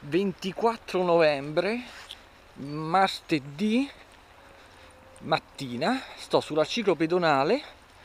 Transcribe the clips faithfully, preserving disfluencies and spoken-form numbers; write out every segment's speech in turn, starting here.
ventiquattro novembre, martedì mattina, sto sulla ciclopedonale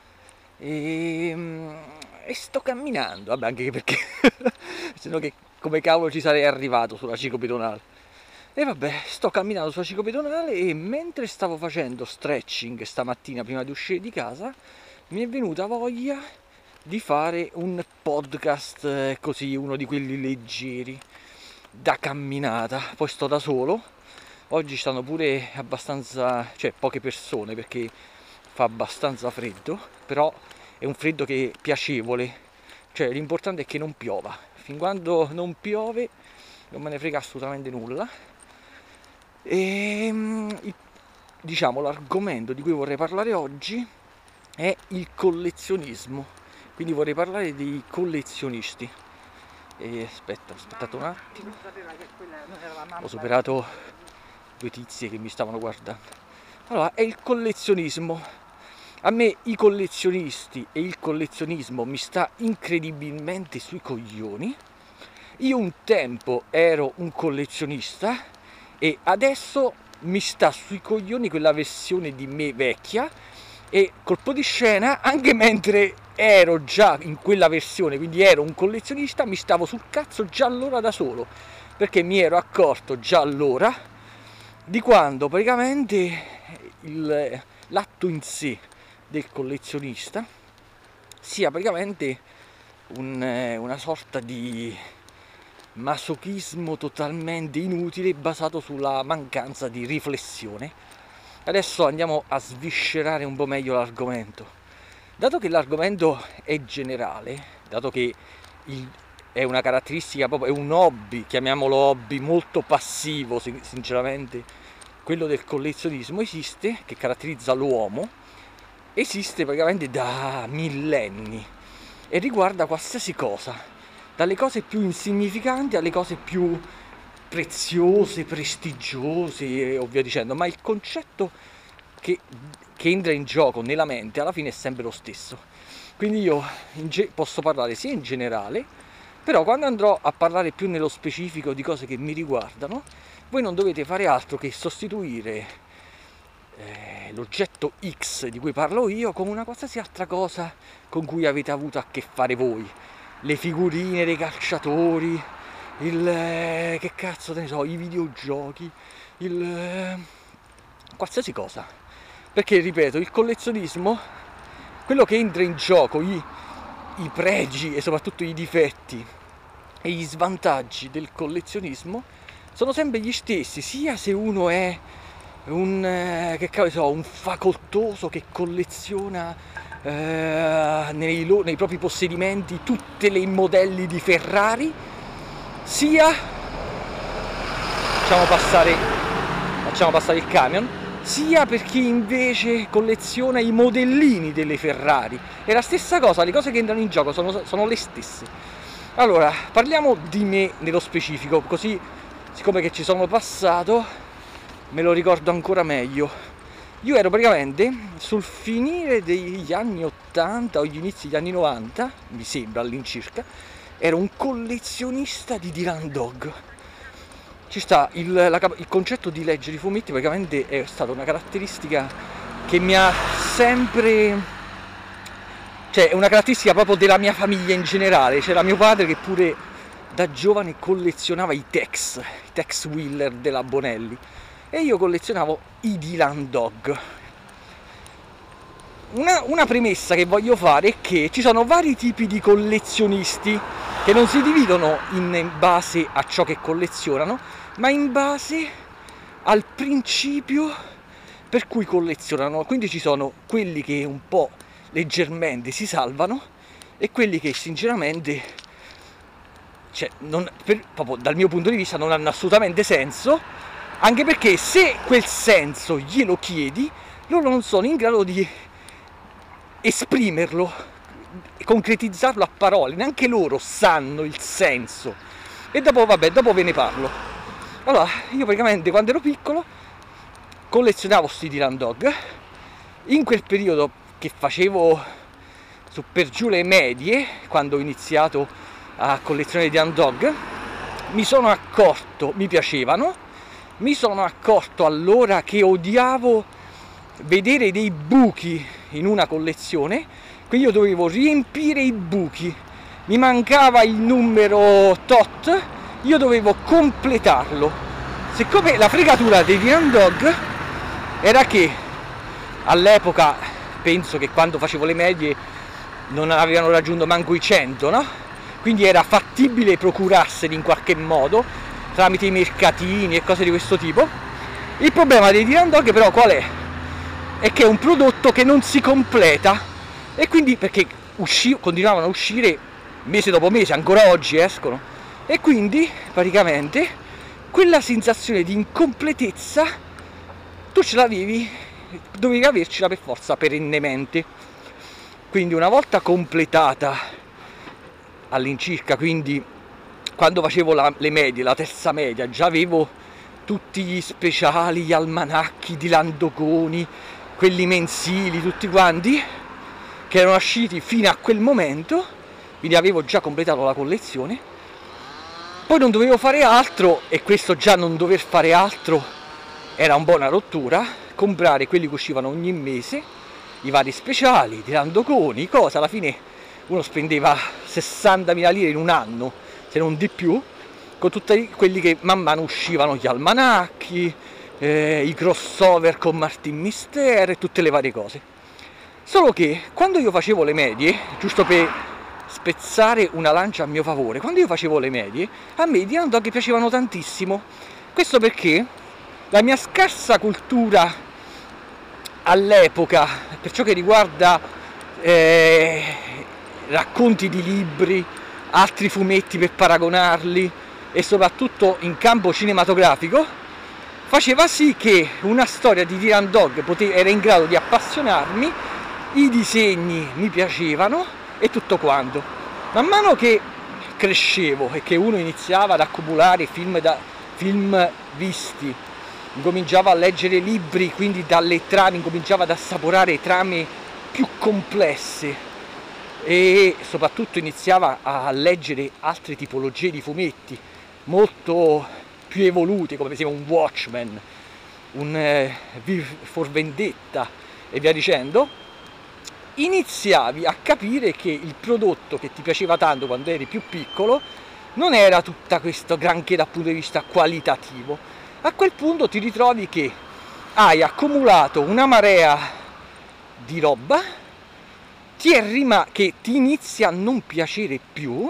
e, e sto camminando, vabbè, anche perché se no che come cavolo ci sarei arrivato sulla ciclopedonale. E vabbè, sto camminando sulla ciclopedonale e mentre stavo facendo stretching stamattina prima di uscire di casa mi è venuta voglia di fare un podcast eh, così, uno di quelli leggeri da camminata. Poi sto da solo, oggi stanno pure abbastanza, cioè poche persone perché fa abbastanza freddo, però è un freddo che è piacevole, cioè l'importante è che non piova. Fin quando non piove non me ne frega assolutamente nulla. E diciamo l'argomento di cui vorrei parlare oggi è il collezionismo, quindi vorrei parlare dei collezionisti. E aspetta, aspettate un attimo, ho superato due tizie che mi stavano guardando. Allora, è il collezionismo. A me i collezionisti e il collezionismo mi sta incredibilmente sui coglioni. Io un tempo ero un collezionista e adesso mi sta sui coglioni quella versione di me vecchia, e colpo di scena, anche mentre ero già in quella versione, quindi ero un collezionista, mi stavo sul cazzo già allora da solo, perché mi ero accorto già allora di quando praticamente il, l'atto in sé del collezionista sia praticamente un, una sorta di masochismo totalmente inutile basato sulla mancanza di riflessione. Adesso andiamo a sviscerare un po' meglio l'argomento. Dato che l'argomento è generale, dato che il, è una caratteristica proprio, è un hobby, chiamiamolo hobby, molto passivo sinceramente, quello del collezionismo esiste, che caratterizza l'uomo, esiste praticamente da millenni e riguarda qualsiasi cosa, dalle cose più insignificanti alle cose più preziose, prestigiose e via dicendo, ma il concetto che, che entra in gioco nella mente alla fine è sempre lo stesso. Quindi io ge- posso parlare sia in generale, però quando andrò a parlare più nello specifico di cose che mi riguardano, voi non dovete fare altro che sostituire eh, l'oggetto X di cui parlo io con una qualsiasi altra cosa con cui avete avuto a che fare voi. Le figurine dei calciatori, il eh, che cazzo te ne so, i videogiochi, il eh, qualsiasi cosa. Perché ripeto, il collezionismo, quello che entra in gioco, i, i pregi e soprattutto i difetti e gli svantaggi del collezionismo sono sempre gli stessi, sia se uno è un eh, che cavolo so, un facoltoso che colleziona eh, nei, nei propri possedimenti tutte le modelli di Ferrari, sia facciamo passare facciamo passare il camion, sia per chi invece colleziona i modellini delle Ferrari. È la stessa cosa, le cose che entrano in gioco sono, sono le stesse. Allora, parliamo di me nello specifico, così siccome che ci sono passato me lo ricordo ancora meglio. Io ero praticamente sul finire degli anni ottanta o gli inizi degli anni novanta, mi sembra all'incirca, ero un collezionista di Dylan Dog. Ci sta il, la, il concetto di leggere i fumetti, praticamente è stata una caratteristica che mi ha sempre, cioè è una caratteristica proprio della mia famiglia in generale. C'era mio padre che pure da giovane collezionava i Tex, i Tex Wheeler della Bonelli, e io collezionavo i Dylan Dog. Una, una premessa che voglio fare è che ci sono vari tipi di collezionisti che non si dividono in base a ciò che collezionano, ma in base al principio per cui collezionano. Quindi ci sono quelli che un po' leggermente si salvano e quelli che sinceramente, cioè, non, per, proprio dal mio punto di vista, non hanno assolutamente senso, anche perché se quel senso glielo chiedi, loro non sono in grado di esprimerlo, concretizzarlo a parole, neanche loro sanno il senso. E dopo, vabbè, dopo ve ne parlo. Allora, io praticamente quando ero piccolo collezionavo sti Dylan Dog. In quel periodo che facevo su per giù le medie, quando ho iniziato a collezionare Dylan Dog, mi sono accorto, mi piacevano, mi sono accorto allora che odiavo vedere dei buchi in una collezione, quindi io dovevo riempire i buchi, mi mancava il numero tot, io dovevo completarlo. Siccome la fregatura dei Dylan Dog era che all'epoca, penso che quando facevo le medie non avevano raggiunto manco i cento, no? Quindi era fattibile procurarseli in qualche modo tramite i mercatini e cose di questo tipo. Il problema dei Dylan Dog però qual è? È che è un prodotto che non si completa, e quindi perché usci- continuavano a uscire mese dopo mese, ancora oggi escono, e quindi praticamente quella sensazione di incompletezza tu ce l'avevi, dovevi avercela per forza perennemente. Quindi una volta completata all'incirca, quindi quando facevo la, le medie, la terza media, già avevo tutti gli speciali, gli almanacchi di Landoconi, quelli mensili, tutti quanti, che erano usciti fino a quel momento, quindi avevo già completato la collezione. Poi non dovevo fare altro, e questo già non dover fare altro era un po' una rottura, comprare quelli che uscivano ogni mese, i vari speciali, di Landoconi, cosa, alla fine uno spendeva sessantamila lire in un anno, se non di più, con tutti quelli che man mano uscivano, gli almanacchi, eh, i crossover con Martin Mister e tutte le varie cose. Solo che quando io facevo le medie, giusto per spezzare una lancia a mio favore, quando io facevo le medie, a me i Dylan Dog piacevano tantissimo. Questo perché la mia scarsa cultura all'epoca per ciò che riguarda eh, racconti di libri, altri fumetti per paragonarli, e soprattutto in campo cinematografico, faceva sì che una storia di Dylan Dog pote- era in grado di appassionarmi, i disegni mi piacevano e tutto quanto. Man mano che crescevo e che uno iniziava ad accumulare film, da, film visti, incominciava a leggere libri, quindi dalle trame, incominciava ad assaporare trame più complesse, e soprattutto iniziava a leggere altre tipologie di fumetti molto più evoluti, come per esempio un Watchmen, un eh, V for Vendetta e via dicendo, iniziavi a capire che il prodotto che ti piaceva tanto quando eri più piccolo non era tutta questo granché dal punto di vista qualitativo. A quel punto ti ritrovi che hai accumulato una marea di roba ti è rima- che ti inizia a non piacere più,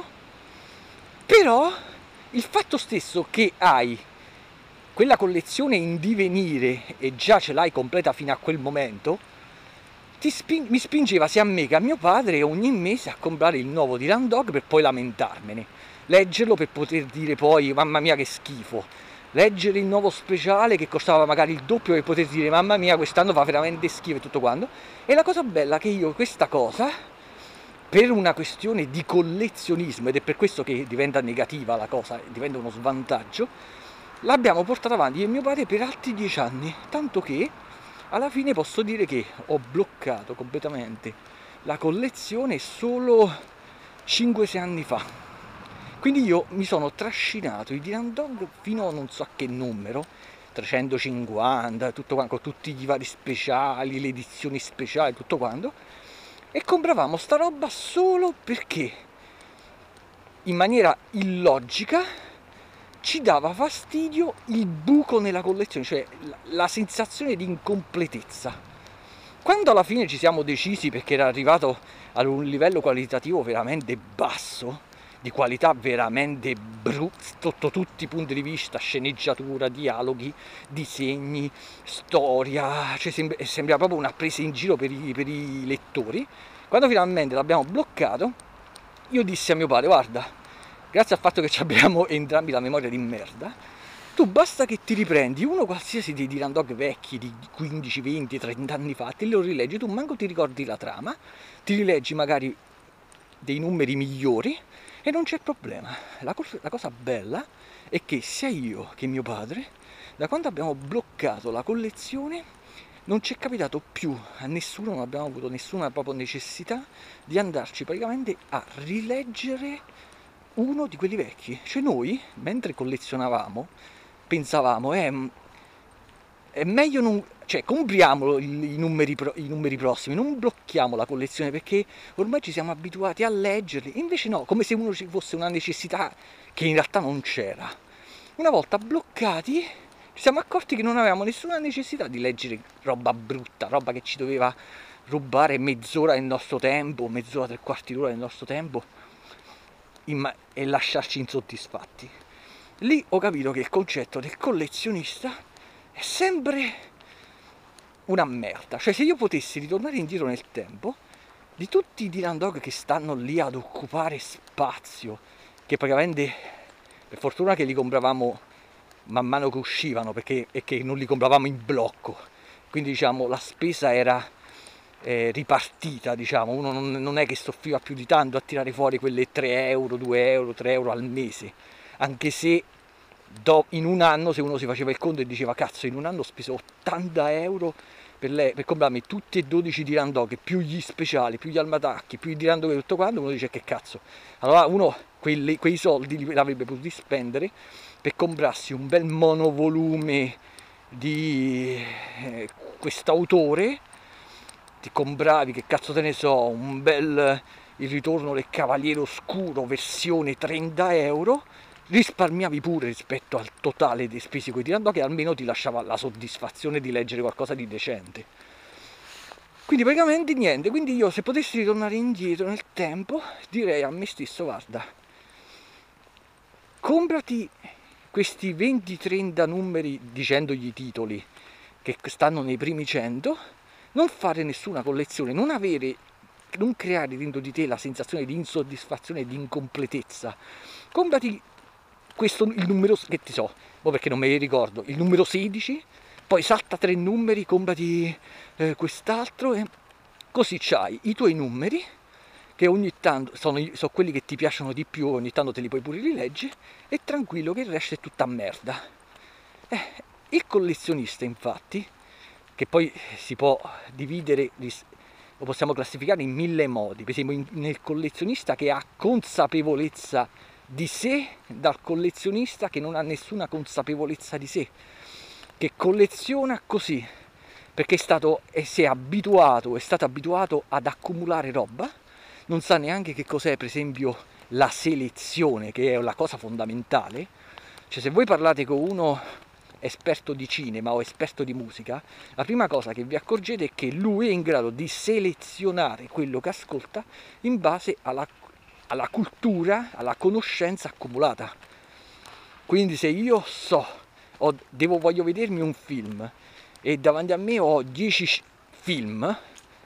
però il fatto stesso che hai quella collezione in divenire e già ce l'hai completa fino a quel momento, ti spin- mi spingeva sia a me che a mio padre ogni mese a comprare il nuovo Dylan Dog per poi lamentarmene, leggerlo per poter dire poi mamma mia che schifo, leggere il nuovo speciale che costava magari il doppio per poter dire mamma mia quest'anno fa veramente schifo e tutto quanto. E la cosa bella è che io questa cosa, per una questione di collezionismo, ed è per questo che diventa negativa la cosa, diventa uno svantaggio, l'abbiamo portata avanti io e mio padre per altri dieci anni, tanto che alla fine posso dire che ho bloccato completamente la collezione solo cinque sei anni fa. Quindi io mi sono trascinato i Dylan Dog fino a non so a che numero, trecentocinquanta, tutto quanto, con tutti i vari speciali, le edizioni speciali, tutto quanto, e compravamo sta roba solo perché in maniera illogica ci dava fastidio il buco nella collezione, cioè la, la sensazione di incompletezza. Quando alla fine ci siamo decisi, perché era arrivato ad un livello qualitativo veramente basso, di qualità veramente brutta sotto tutti i punti di vista, sceneggiatura, dialoghi, disegni, storia, cioè sembra, sembra proprio una presa in giro per i, per i lettori. Quando finalmente l'abbiamo bloccato, io dissi a mio padre: guarda, grazie al fatto che abbiamo entrambi la memoria di merda, tu basta che ti riprendi uno qualsiasi dei Dylan Dog vecchi di quindici, venti, trenta anni fa, te lo rileggi, tu manco ti ricordi la trama, ti rileggi magari dei numeri migliori e non c'è problema. La, cosa, la cosa bella è che sia io che mio padre, da quando abbiamo bloccato la collezione, non ci è capitato più a nessuno, non abbiamo avuto nessuna proprio necessità di andarci praticamente a rileggere uno di quelli vecchi. Cioè noi, mentre collezionavamo, pensavamo, eh, è meglio non... cioè compriamo i numeri, i numeri prossimi, non blocchiamo la collezione perché ormai ci siamo abituati a leggerli. Invece no, come se uno ci fosse una necessità che in realtà non c'era. Una volta bloccati ci siamo accorti che non avevamo nessuna necessità di leggere roba brutta, roba che ci doveva rubare mezz'ora del nostro tempo, mezz'ora, tre quarti d'ora del nostro tempo e lasciarci insoddisfatti. Lì ho capito che il concetto del collezionista è sempre una merda. Cioè, se io potessi ritornare indietro nel tempo, di tutti i Dylan Dog che stanno lì ad occupare spazio, che praticamente, per fortuna che li compravamo man mano che uscivano, perché e che non li compravamo in blocco, quindi diciamo la spesa era eh, ripartita, diciamo, uno non, non è che soffriva più di tanto a tirare fuori quelle tre euro, due euro, tre euro al mese, anche se do, in un anno, se uno si faceva il conto e diceva cazzo, in un anno ho speso ottanta euro per, le, per comprarmi tutti e dodici Dylan Dog, più gli speciali, più gli almatacchi, più i Dylan Dog e tutto quanto, uno dice che cazzo, allora uno quelli, quei soldi li avrebbe potuti spendere per comprarsi un bel monovolume di eh, quest'autore, ti compravi, che cazzo te ne so, un bel Il ritorno del Cavaliere Oscuro versione trenta euro, risparmiavi pure rispetto al totale dei spesi coi Dylan Dog, che almeno ti lasciava la soddisfazione di leggere qualcosa di decente. Quindi praticamente niente, quindi io se potessi ritornare indietro nel tempo direi a me stesso guarda, comprati questi venti trenta numeri dicendogli i titoli che stanno nei primi cento, non fare nessuna collezione, non avere, non creare dentro di te la sensazione di insoddisfazione e di incompletezza. Comprati questo, il numero, che ti so, oh perché non me li ricordo, il numero sedici, poi salta tre numeri, comprati eh, quest'altro e così c'hai i tuoi numeri che ogni tanto sono, sono quelli che ti piacciono di più, ogni tanto te li puoi pure rileggere e tranquillo che il resto è tutta merda. Eh, il collezionista infatti, che poi si può dividere, lo possiamo classificare in mille modi, per esempio nel collezionista che ha consapevolezza di sé, dal collezionista che non ha nessuna consapevolezza di sé, che colleziona così perché è stato e si è abituato, è stato abituato ad accumulare roba, non sa neanche che cos'è per esempio la selezione, che è la cosa fondamentale. Cioè se voi parlate con uno esperto di cinema o esperto di musica, la prima cosa che vi accorgete è che lui è in grado di selezionare quello che ascolta in base alla, alla cultura, alla conoscenza accumulata. Quindi se io so, ho, devo, voglio vedermi un film e davanti a me ho dieci film,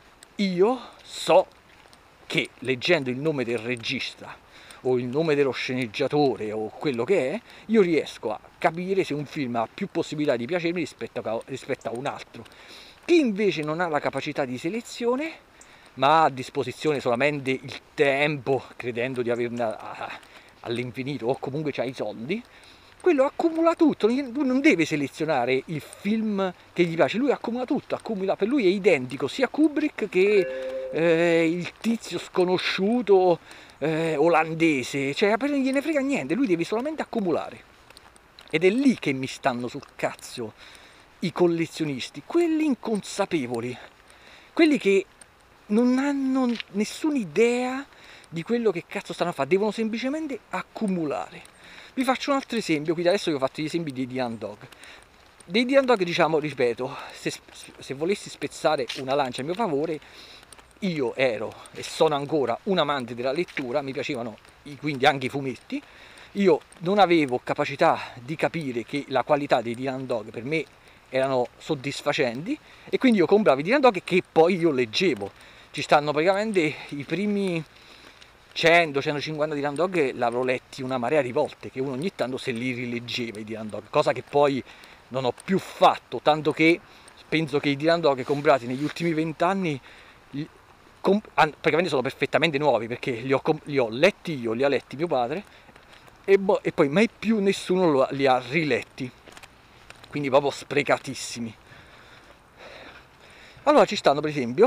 io so che leggendo il nome del regista o il nome dello sceneggiatore o quello che è, io riesco a capire se un film ha più possibilità di piacermi rispetto a, rispetto a un altro. Chi invece non ha la capacità di selezione, ma ha a disposizione solamente il tempo, credendo di averne all'infinito, o comunque c'ha i soldi, quello accumula tutto, lui non deve selezionare il film che gli piace, lui accumula tutto, accumula, per lui è identico sia Kubrick che eh, il tizio sconosciuto eh, olandese, cioè non gliene frega niente, lui deve solamente accumulare. Ed è lì che mi stanno sul cazzo i collezionisti, quelli inconsapevoli, quelli che non hanno nessuna idea di quello che cazzo stanno a fare, devono semplicemente accumulare. Vi faccio un altro esempio, qui adesso vi ho fatto gli esempi dei Dylan Dog. Dei Dylan Dog, diciamo, ripeto, se, se volessi spezzare una lancia a mio favore, io ero e sono ancora un amante della lettura, mi piacevano quindi anche i fumetti, io non avevo capacità di capire che la qualità dei Dylan Dog per me erano soddisfacenti e quindi io compravo i Dylan Dog che poi io leggevo. Ci stanno praticamente i primi cento centocinquanta Dylan Dog, l'avrò letti una marea di volte, che uno ogni tanto se li rileggeva i Dylan Dog, cosa che poi non ho più fatto, tanto che penso che i Dylan Dog comprati negli ultimi vent'anni praticamente sono perfettamente nuovi, perché li ho, li ho letti io, li ha letti mio padre e, e poi mai più nessuno li ha riletti, quindi proprio sprecatissimi. Allora ci stanno per esempio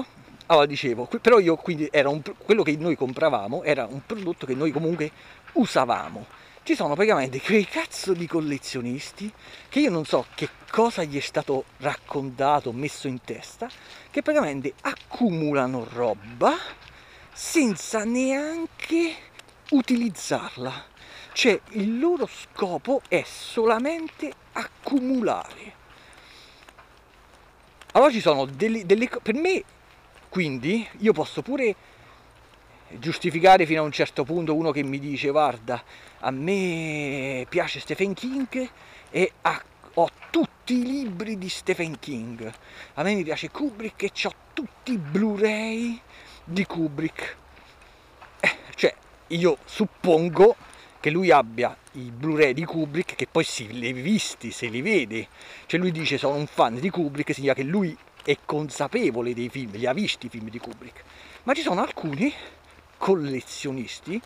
allora dicevo, però io quindi era un, quello che noi compravamo era un prodotto che noi comunque usavamo. Ci sono praticamente quei cazzo di collezionisti che io non so che cosa gli è stato raccontato, messo in testa, che praticamente accumulano roba senza neanche utilizzarla. Cioè il loro scopo è solamente accumulare. Allora ci sono delle, delle per me, quindi io posso pure giustificare fino a un certo punto uno che mi dice guarda, a me piace Stephen King e ha, ho tutti i libri di Stephen King, a me mi piace Kubrick e ho tutti i Blu-ray di Kubrick. Eh, cioè io suppongo che lui abbia i Blu-ray di Kubrick, che poi si li visti, se li vede, cioè lui dice sono un fan di Kubrick, significa che lui è consapevole dei film, li ha visti i film di Kubrick. Ma ci sono alcuni collezionisti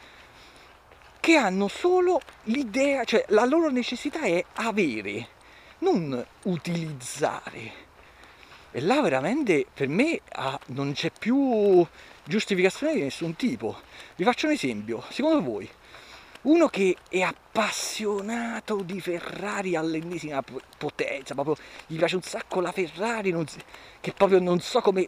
che hanno solo l'idea, cioè la loro necessità è avere, non utilizzare. E là veramente per me ah, non c'è più giustificazione di nessun tipo. Vi faccio un esempio, secondo voi uno che è appassionato di Ferrari all'ennesima potenza, proprio gli piace un sacco la Ferrari, non, che proprio non so come,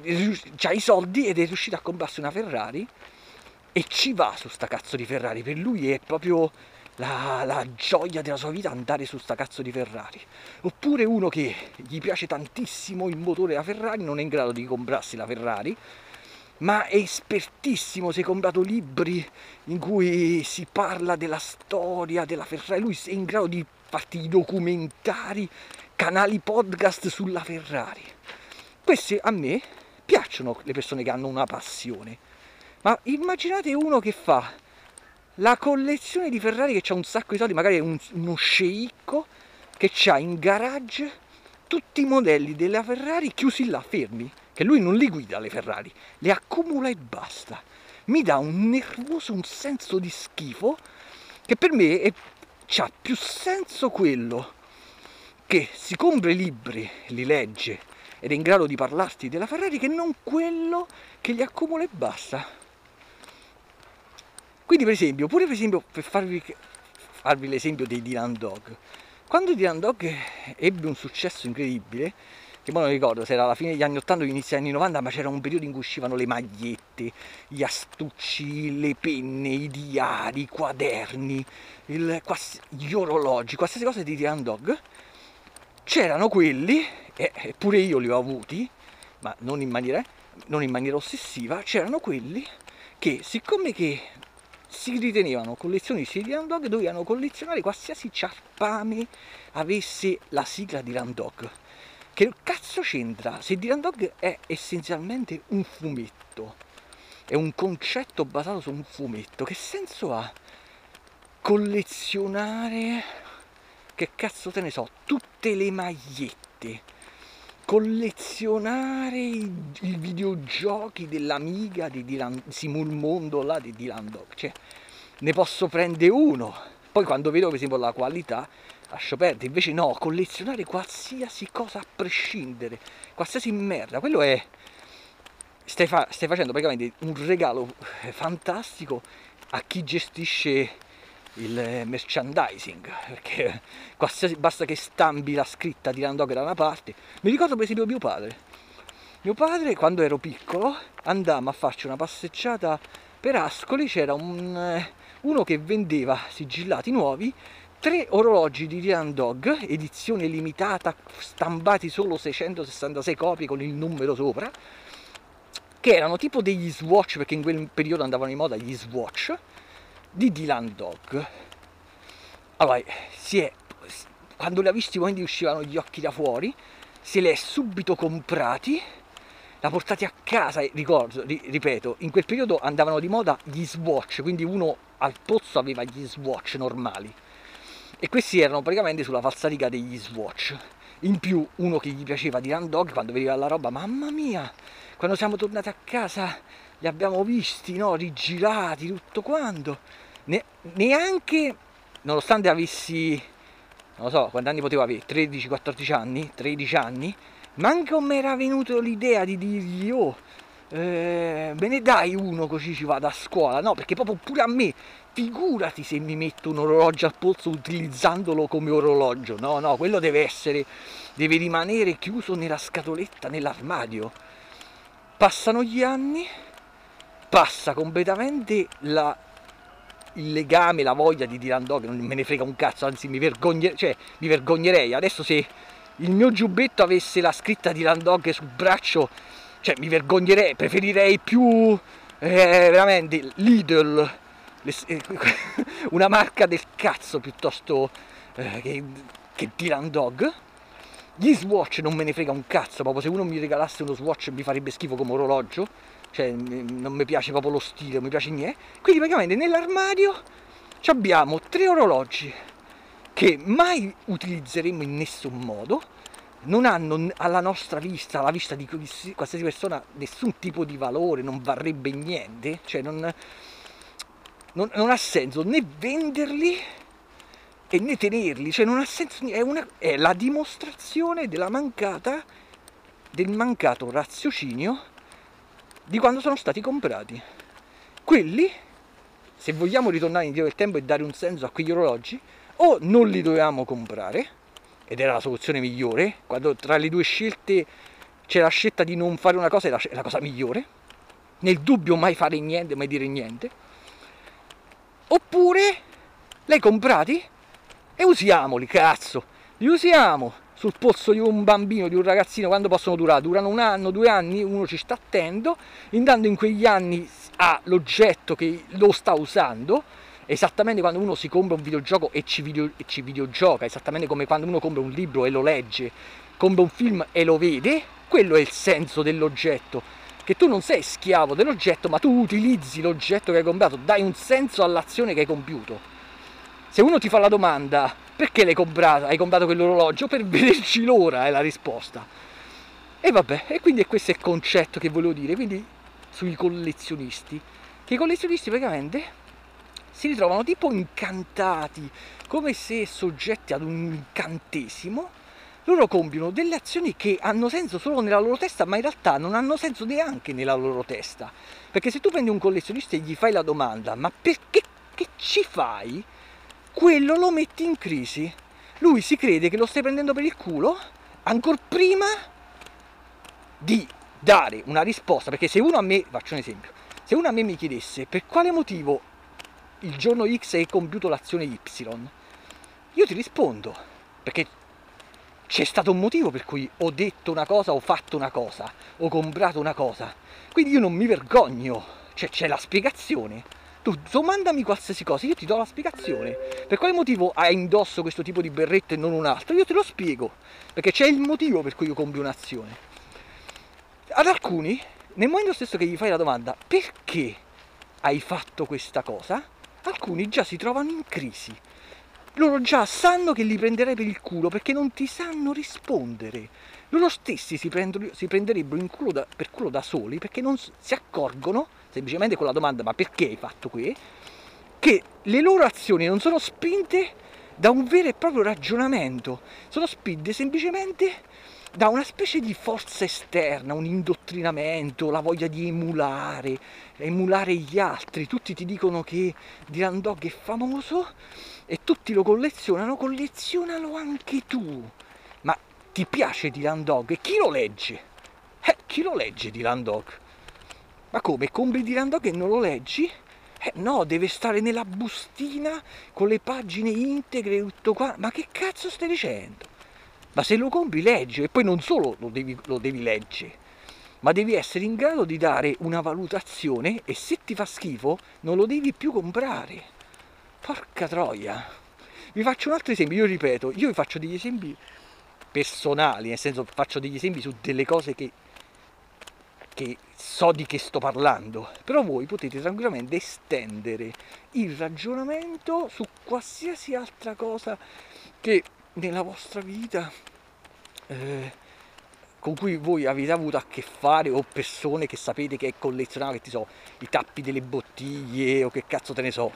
ha i soldi ed è riuscito a comprarsi una Ferrari e ci va su sta cazzo di Ferrari, per lui è proprio la, la gioia della sua vita andare su sta cazzo di Ferrari. Oppure uno che gli piace tantissimo il motore della Ferrari, non è in grado di comprarsi la Ferrari, ma è espertissimo, si è comprato libri in cui si parla della storia della Ferrari, lui è in grado di farti i documentari, canali podcast sulla Ferrari. Queste a me piacciono le persone che hanno una passione, ma immaginate uno che fa la collezione di Ferrari, che ha un sacco di soldi, magari è un, uno sceicco che ha in garage tutti i modelli della Ferrari chiusi là, fermi, che lui non li guida le Ferrari, le accumula e basta. Mi dà un nervoso, un senso di schifo, che per me è, c'ha più senso quello che si compra i libri, li legge ed è in grado di parlarti della Ferrari, che non quello che li accumula e basta. Quindi per esempio, pure per esempio per farvi, farvi l'esempio dei Dylan Dog, quando Dylan Dog ebbe un successo incredibile, che poi non ricordo se era alla fine degli anni ottanta o inizio degli anni novanta, ma c'era un periodo in cui uscivano le magliette, gli astucci, le penne, i diari, i quaderni, il, gli orologi, qualsiasi cosa di Dylan Dog, c'erano quelli, e pure io li ho avuti, ma non in maniera, non in maniera ossessiva, c'erano quelli che siccome che si ritenevano collezionisti di Dylan Dog, dovevano collezionare qualsiasi ciarpame avesse la sigla di Dylan Dog. Che cazzo c'entra? Se Dylan Dog è essenzialmente un fumetto, è un concetto basato su un fumetto, che senso ha collezionare, che cazzo te ne so, tutte le magliette, collezionare i, i videogiochi dell'Amiga di Dylan, Simul Mondo là di Dylan Dog? Cioè, ne posso prendere uno, poi quando vedo per esempio la qualità lascio perdere. Invece no, collezionare qualsiasi cosa a prescindere, qualsiasi merda, quello è, stai, fa, stai facendo praticamente un regalo fantastico a chi gestisce il merchandising, perché qualsiasi, basta che stampi la scritta Dylan Dog da una parte. Mi ricordo per esempio mio padre mio padre quando ero piccolo andammo a farci una passeggiata per Ascoli, c'era un, uno che vendeva sigillati nuovi, tre orologi di Dylan Dog, edizione limitata, stampati solo seicentosessantasei copie con il numero sopra, che erano tipo degli Swatch, perché in quel periodo andavano in moda gli Swatch di Dylan Dog. Allora, si è, quando li ha visti, quando uscivano gli occhi da fuori, se li è subito comprati, l'ha portati a casa. Ricordo, ripeto, in quel periodo andavano di moda gli Swatch, quindi uno al pozzo aveva gli Swatch normali e questi erano praticamente sulla falsariga degli Swatch. In più uno che gli piaceva Dylan Dog, quando vedeva la roba, mamma mia, quando siamo tornati a casa li abbiamo visti, no, rigirati, tutto quanto, ne, neanche, nonostante avessi, non lo so, quanti anni potevo avere, tredici quattordici anni, tredici anni, manco mi era venuto l'idea di dirgli, oh, eh, me ne dai uno così ci vado a scuola? No, perché proprio pure a me, figurati se mi metto un orologio al polso utilizzandolo come orologio. No, no, quello deve essere, deve rimanere chiuso nella scatoletta, nell'armadio. Passano gli anni, passa completamente la, il legame, la voglia di Dylan Dog, non me ne frega un cazzo, anzi mi, vergogner cioè, mi vergognerei. Adesso se il mio giubbetto avesse la scritta Dylan Dog sul braccio, cioè mi vergognerei, preferirei più eh, veramente Lidl, le, eh, una marca del cazzo piuttosto eh, che, che Dylan Dog. Gli Swatch non me ne frega un cazzo, proprio se uno mi regalasse uno Swatch mi farebbe schifo come orologio, cioè non mi piace proprio lo stile, non mi piace niente. Quindi praticamente nell'armadio abbiamo tre orologi che mai utilizzeremo in nessun modo, non hanno alla nostra vista, alla vista di qualsiasi persona, nessun tipo di valore, non varrebbe niente, cioè non, non, non ha senso né venderli e né tenerli, cioè non ha senso, è, una, è la dimostrazione della mancata, del mancato raziocinio di quando sono stati comprati. Quelli, se vogliamo ritornare indietro nel tempo e dare un senso a quegli orologi, o non li dovevamo comprare, ed era la soluzione migliore, quando tra le due scelte c'è la scelta di non fare una cosa, è la, è la cosa migliore, nel dubbio mai fare niente, mai dire niente, oppure l'hai comprati e usiamoli, cazzo, li usiamo sul polso di un bambino, di un ragazzino, quando possono durare? Durano un anno, due anni, uno ci sta attento, andando in quegli anni ha l'oggetto che lo sta usando, esattamente quando uno si compra un videogioco e ci, video, e ci videogioca, esattamente come quando uno compra un libro e lo legge, compra un film e lo vede, quello è il senso dell'oggetto, che tu non sei schiavo dell'oggetto, ma tu utilizzi l'oggetto che hai comprato, dai un senso all'azione che hai compiuto. Se uno ti fa la domanda perché l'hai comprato, hai comprato quell'orologio, per vederci l'ora è la risposta. E vabbè, e quindi è questo il concetto che volevo dire, quindi sui collezionisti, che i collezionisti praticamente si ritrovano tipo incantati, come se soggetti ad un incantesimo, loro compiono delle azioni che hanno senso solo nella loro testa, ma in realtà non hanno senso neanche nella loro testa. Perché se tu prendi un collezionista e gli fai la domanda, ma perché che ci fai? Quello lo metti in crisi. Lui si crede che lo stai prendendo per il culo ancora prima di dare una risposta, perché se uno a me, faccio un esempio, se uno a me mi chiedesse per quale motivo il giorno X hai compiuto l'azione Y, io ti rispondo, perché c'è stato un motivo per cui ho detto una cosa, ho fatto una cosa, ho comprato una cosa, quindi io non mi vergogno, cioè c'è la spiegazione. Tu domandami qualsiasi cosa, io ti do la spiegazione. Per quale motivo hai indosso questo tipo di berretto e non un altro? Io te lo spiego, perché c'è il motivo per cui io compio un'azione. Ad alcuni, nel momento stesso che gli fai la domanda perché hai fatto questa cosa, alcuni già si trovano in crisi. Loro già sanno che li prenderai per il culo perché non ti sanno rispondere. Loro stessi si, prendono, si prenderebbero in culo da, per culo da soli perché non si accorgono, semplicemente con la domanda ma perché hai fatto qui, che le loro azioni non sono spinte da un vero e proprio ragionamento, sono spinte semplicemente da una specie di forza esterna, un indottrinamento, la voglia di emulare, emulare gli altri. Tutti ti dicono che Dylan Dog è famoso e tutti lo collezionano, collezionalo anche tu. Ma ti piace Dylan Dog? E chi lo legge? Eh, chi lo legge Dylan Dog? Ma come, compri Dylan Dog e non lo leggi? Eh no, deve stare nella bustina con le pagine integre e tutto qua. Ma che cazzo stai dicendo? Ma se lo compri leggi, e poi non solo lo devi, lo devi leggere, ma devi essere in grado di dare una valutazione e se ti fa schifo non lo devi più comprare. Porca troia. Vi faccio un altro esempio, io ripeto, io vi faccio degli esempi personali, nel senso faccio degli esempi su delle cose che, che so di che sto parlando, però voi potete tranquillamente estendere il ragionamento su qualsiasi altra cosa che nella vostra vita eh, con cui voi avete avuto a che fare, o persone che sapete che collezionano, che ti so, i tappi delle bottiglie o che cazzo te ne so.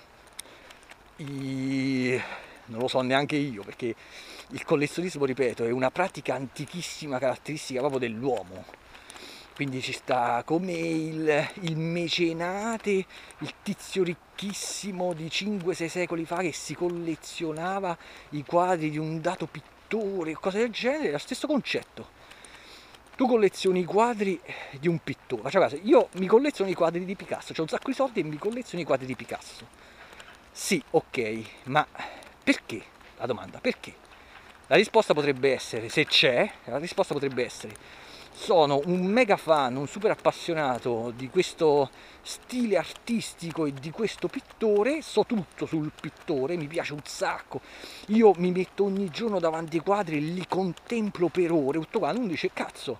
I... non lo so neanche io, perché il collezionismo, ripeto, è una pratica antichissima, caratteristica proprio dell'uomo. quindi ci sta come il, il mecenate, il tizio ricchissimo di cinque sei secoli fa che si collezionava i quadri di un dato pittore, cose del genere, è lo stesso concetto. Tu collezioni i quadri di un pittore, facciamo caso, io mi colleziono i quadri di Picasso, ho un sacco di soldi e mi colleziono i quadri di Picasso. Sì, ok, ma perché? La domanda, perché? La risposta potrebbe essere, se c'è, la risposta potrebbe essere: sono un mega fan, un super appassionato di questo stile artistico e di questo pittore, so tutto sul pittore, mi piace un sacco, io mi metto ogni giorno davanti ai quadri e li contemplo per ore, tutto qua. Uno dice, cazzo,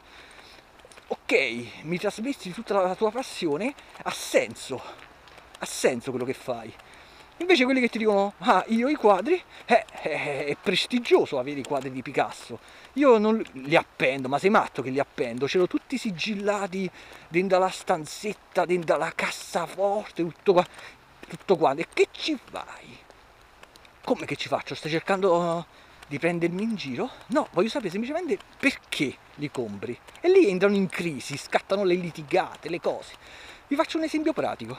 ok, mi trasmetti tutta la tua passione, ha senso, ha senso quello che fai. Invece quelli che ti dicono, ah, io i quadri, eh, eh, è prestigioso avere i quadri di Picasso, io non li appendo, ma sei matto che li appendo, ce l'ho tutti sigillati dentro la stanzetta, dentro la cassaforte, tutto qua, tutto quanto, e che ci fai? Come che ci faccio? Stai cercando di prendermi in giro? No, voglio sapere semplicemente perché li compri. E lì entrano in crisi, scattano le litigate, le cose. Vi faccio un esempio pratico.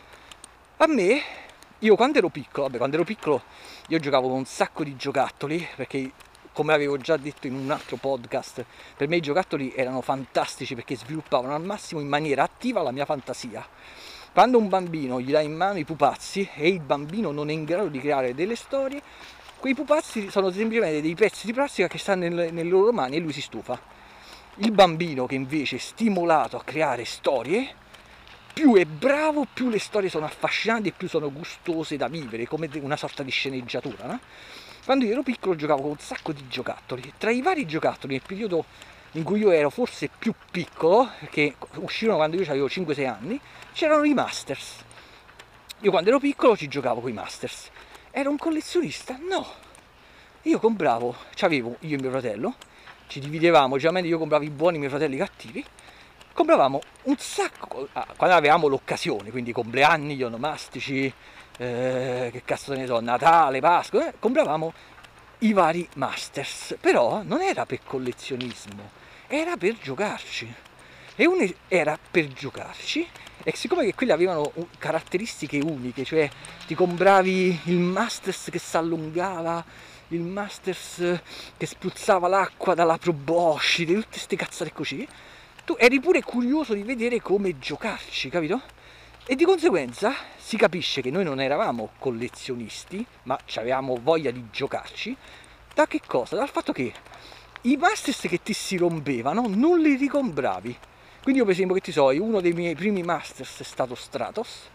A me, io quando ero piccolo, vabbè, quando ero piccolo io giocavo con un sacco di giocattoli, perché come avevo già detto in un altro podcast, per me i giocattoli erano fantastici perché sviluppavano al massimo in maniera attiva la mia fantasia. Quando un bambino gli dà in mano i pupazzi e il bambino non è in grado di creare delle storie, quei pupazzi sono semplicemente dei pezzi di plastica che stanno nelle, nelle loro mani e lui si stufa. Il bambino che invece è stimolato a creare storie, più è bravo, più le storie sono affascinanti e più sono gustose da vivere, come una sorta di sceneggiatura, no? Quando io ero piccolo giocavo con un sacco di giocattoli. Tra i vari giocattoli, nel periodo in cui io ero forse più piccolo, che uscirono quando io avevo cinque sei anni, c'erano i Masters. Io quando ero piccolo ci giocavo con i Masters. Ero un collezionista? No. Io compravo, c'avevo io e mio fratello, ci dividevamo, generalmente io compravo i buoni, mio fratello i cattivi, compravamo un sacco, ah, quando avevamo l'occasione, quindi compleanni, gli onomastici, eh, che cazzo ne so, Natale, Pasqua, eh, compravamo i vari Masters, però non era per collezionismo, era per giocarci. E uno era per giocarci, e siccome che quelli avevano caratteristiche uniche, cioè ti compravi il Masters che si allungava, il Masters che spruzzava l'acqua dalla proboscide, tutte queste cazzate così, tu eri pure curioso di vedere come giocarci, capito? E di conseguenza si capisce che noi non eravamo collezionisti, ma avevamo voglia di giocarci. Da che cosa? Dal fatto che i Masters che ti si rompevano non li ricompravi. Quindi io per esempio, che ti so, uno dei miei primi Masters è stato Stratos,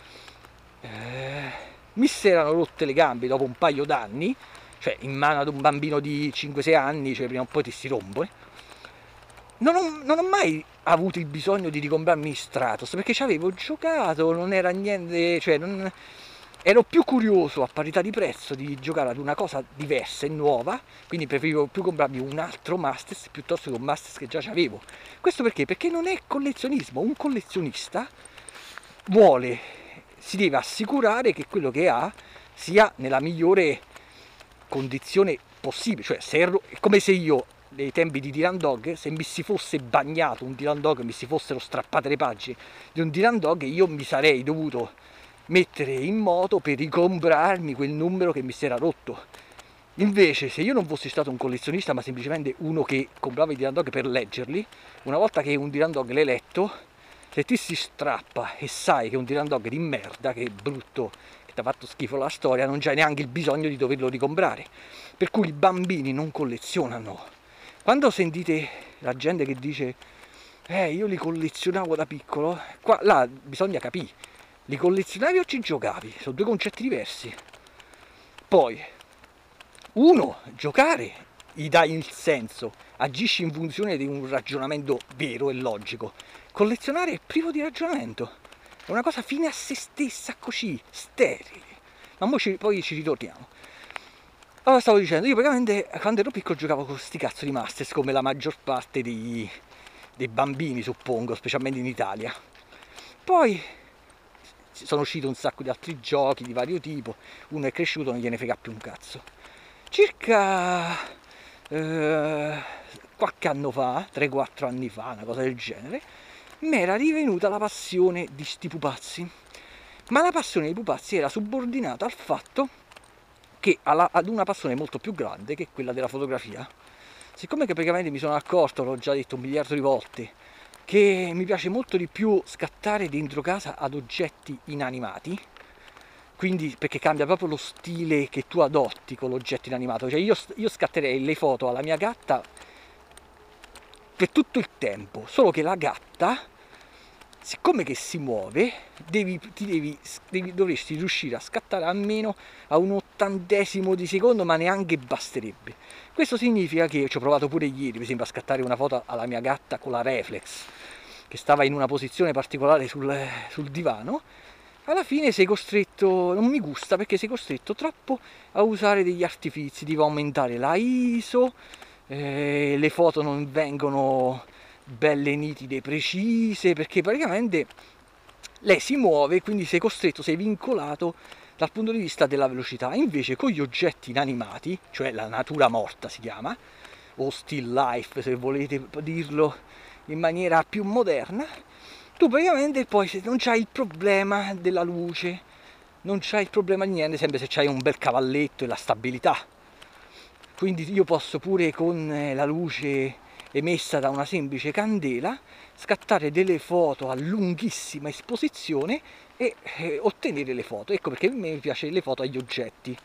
eh, mi si erano rotte le gambe dopo un paio d'anni, cioè in mano ad un bambino di cinque sei anni, cioè prima o poi ti si rompe. Non ho, non ho mai avuto il bisogno di ricomprarmi Stratos, perché ci avevo giocato, non era niente, cioè non, ero più curioso a parità di prezzo di giocare ad una cosa diversa e nuova, quindi preferivo più comprarmi un altro Masters piuttosto che un Masters che già avevo. Questo perché? Perché non è collezionismo, un collezionista vuole, si deve assicurare che quello che ha sia nella migliore condizione possibile, cioè se ero, è come se io nei tempi di Dylan Dog, se mi si fosse bagnato un Dylan Dog, mi si fossero strappate le pagine di un Dylan Dog, io mi sarei dovuto mettere in moto per ricomprarmi quel numero che mi si era rotto. Invece, se io non fossi stato un collezionista, ma semplicemente uno che comprava i Dylan Dog per leggerli, una volta che un Dylan Dog l'hai letto, se ti si strappa e sai che è un Dylan Dog di merda, che è brutto, che ti ha fatto schifo la storia, non c'hai neanche il bisogno di doverlo ricomprare. Per cui i bambini non collezionano. Quando sentite la gente che dice eh io li collezionavo da piccolo, qua, là bisogna capire, li collezionavi o ci giocavi? Sono due concetti diversi. Poi, uno, giocare gli dai il senso, agisci in funzione di un ragionamento vero e logico. Collezionare è privo di ragionamento, è una cosa fine a se stessa, così, sterile. Ma poi ci, poi ci ritorniamo. Allora stavo dicendo, io praticamente quando ero piccolo giocavo con questi cazzo di Masters come la maggior parte dei, dei bambini, suppongo, specialmente in Italia. Poi sono usciti un sacco di altri giochi di vario tipo, uno è cresciuto, non gliene frega più un cazzo. Circa eh, qualche anno fa, tre quattro anni fa, una cosa del genere, mi era rivenuta la passione di sti pupazzi. Ma la passione dei pupazzi era subordinata al fatto che alla, ad una passione molto più grande, che è quella della fotografia. Siccome che praticamente mi sono accorto, l'ho già detto un miliardo di volte, che mi piace molto di più scattare dentro casa ad oggetti inanimati, quindi perché cambia proprio lo stile che tu adotti con l'oggetto inanimato. Cioè io, io scatterei le foto alla mia gatta per tutto il tempo, solo che la gatta, siccome che si muove, devi, ti devi, devi, dovresti riuscire a scattare almeno a un ottantesimo di secondo, ma neanche basterebbe. Questo significa che ci ho provato pure ieri, per esempio, a scattare una foto alla mia gatta con la reflex, che stava in una posizione particolare sul, sul divano. Alla fine sei costretto, non mi gusta perché sei costretto troppo a usare degli artifici, devi aumentare la I S O, eh, le foto non vengono belle nitide, precise, perché praticamente lei si muove, quindi sei costretto, sei vincolato dal punto di vista della velocità. Invece con gli oggetti inanimati, cioè la natura morta si chiama, o still life se volete dirlo in maniera più moderna, tu praticamente poi non c'hai il problema della luce, non c'hai il problema di niente, sempre se c'hai un bel cavalletto e la stabilità. Quindi io posso pure con la luce emessa da una semplice candela scattare delle foto a lunghissima esposizione e eh, ottenere le foto. Ecco perché a me piace le foto agli oggetti.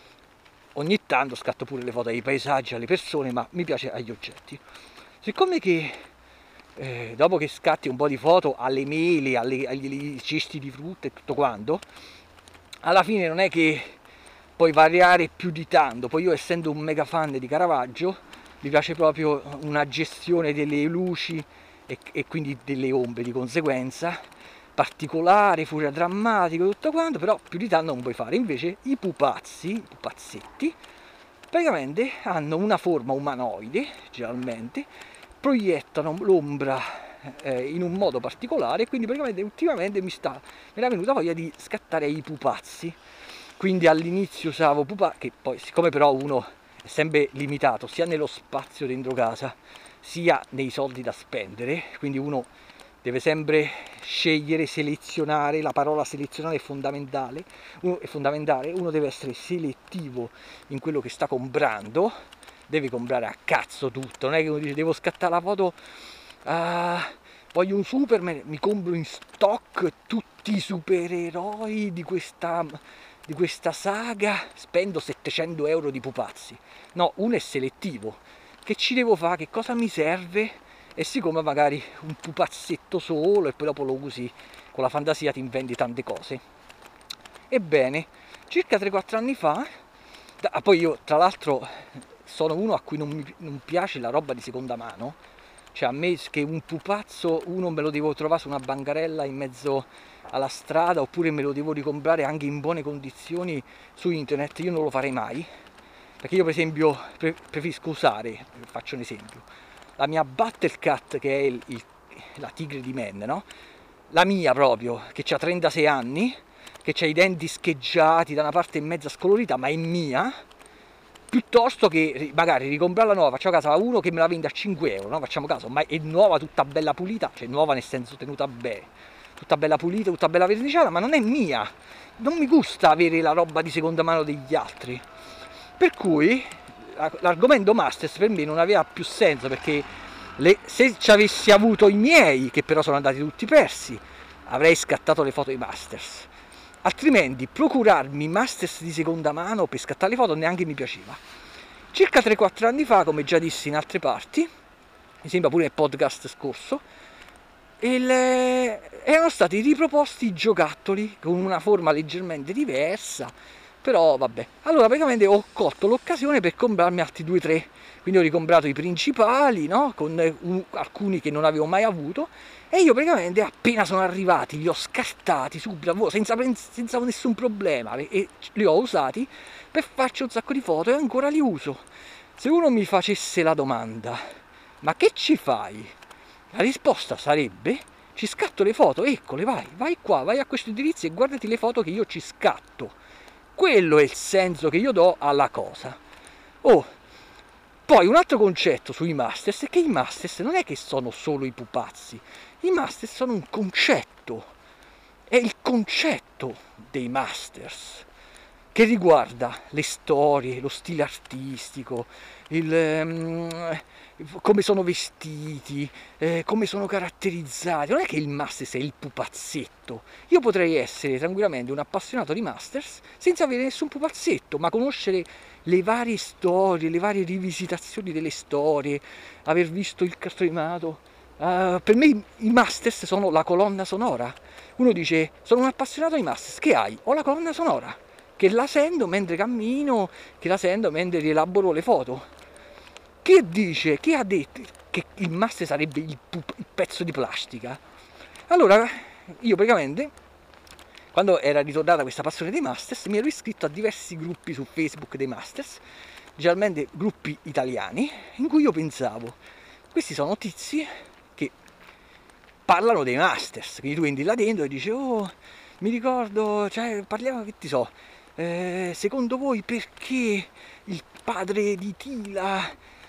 Ogni tanto scatto pure le foto ai paesaggi, alle persone, ma mi piace agli oggetti. Siccome che eh, dopo che scatti un po' di foto alle mele, alle, agli cesti di frutta e tutto quanto, alla fine non è che puoi variare più di tanto. Poi io, essendo un mega fan di Caravaggio, mi piace proprio una gestione delle luci e, e quindi delle ombre di conseguenza, particolare, furia drammatico, tutto quanto, però più di tanto non puoi fare. Invece i pupazzi, i pupazzetti, praticamente hanno una forma umanoide, generalmente, proiettano l'ombra eh, in un modo particolare, quindi praticamente ultimamente mi sta, mi era venuta voglia di scattare i pupazzi. Quindi all'inizio usavo pupazzi, che poi siccome però uno è sempre limitato sia nello spazio dentro casa sia nei soldi da spendere, quindi uno deve sempre scegliere, selezionare. La parola selezionare è fondamentale, uno, è fondamentale, uno deve essere selettivo in quello che sta comprando, deve comprare a cazzo tutto, non è che uno dice devo scattare la foto, ah, voglio un Superman, mi compro in stock tutti i supereroi di questa, di questa saga, spendo settecento euro di pupazzi. No, uno è selettivo, che ci devo fare, che cosa mi serve, e siccome magari un pupazzetto solo e poi dopo lo usi con la fantasia, ti inventi tante cose. Ebbene, circa tre quattro anni fa, da, poi io tra l'altro sono uno a cui non, mi, non piace la roba di seconda mano, cioè a me che un pupazzo uno me lo devo trovare su una bancarella in mezzo alla strada, oppure me lo devo ricomprare anche in buone condizioni su internet, io non lo farei mai, perché io per esempio pre preferisco usare, faccio un esempio, la mia Battle Cat, che è il, il, la tigre di Man, no? La mia proprio, che ha trentasei anni, che ha i denti scheggiati, da una parte e mezza scolorita, ma è mia, piuttosto che magari ricomprarla nuova, facciamo caso a uno che me la vende a cinque euro, no? Facciamo caso, ma è nuova, tutta bella pulita, cioè nuova nel senso tenuta bene, tutta bella pulita, tutta bella verniciata, ma non è mia. Non mi gusta avere la roba di seconda mano degli altri. Per cui l'argomento Masters per me non aveva più senso, perché le, se ci avessi avuto i miei, che però sono andati tutti persi, avrei scattato le foto ai Masters. Altrimenti procurarmi Masters di seconda mano per scattare le foto neanche mi piaceva. Circa tre quattro anni fa, come già dissi in altre parti, mi sembra pure nel podcast scorso, il, erano stati riproposti i giocattoli con una forma leggermente diversa, però vabbè. Allora praticamente ho colto l'occasione per comprarmi altri due tre, quindi ho ricomprato i principali, no? Con un, alcuni che non avevo mai avuto, e io praticamente appena sono arrivati li ho scartati subito, senza, senza nessun problema, e li ho usati per farci un sacco di foto e ancora li uso. Se uno mi facesse la domanda, ma che ci fai? La risposta sarebbe, ci scatto le foto, eccole, vai, vai qua, vai a questo indirizzo e guardati le foto che io ci scatto. Quello è il senso che io do alla cosa. Oh, Poi un altro concetto sui Masters è che i Masters non è che sono solo i pupazzi, i Masters sono un concetto, è il concetto dei Masters, che riguarda le storie, lo stile artistico, il, um, come sono vestiti, eh, come sono caratterizzati. Non è che il Masters è il pupazzetto. Io potrei essere tranquillamente un appassionato di Masters senza avere nessun pupazzetto, ma conoscere le varie storie, le varie rivisitazioni delle storie, aver visto il cartone animato. Uh, per me i Masters sono la colonna sonora. Uno dice, sono un appassionato di Masters, che hai? Ho la colonna sonora, che la sento mentre cammino, che la sento mentre rielaboro le foto. Chi dice, chi ha detto che il Master sarebbe il, il pezzo di plastica? Allora, io praticamente, quando era ritornata questa passione dei Masters, mi ero iscritto a diversi gruppi su Facebook dei Masters, generalmente gruppi italiani, in cui io pensavo, questi sono tizi che parlano dei Masters, quindi tu entri là dentro e dici, oh, mi ricordo, cioè, parliamo, che ti so, Eh, secondo voi perché il padre di Tila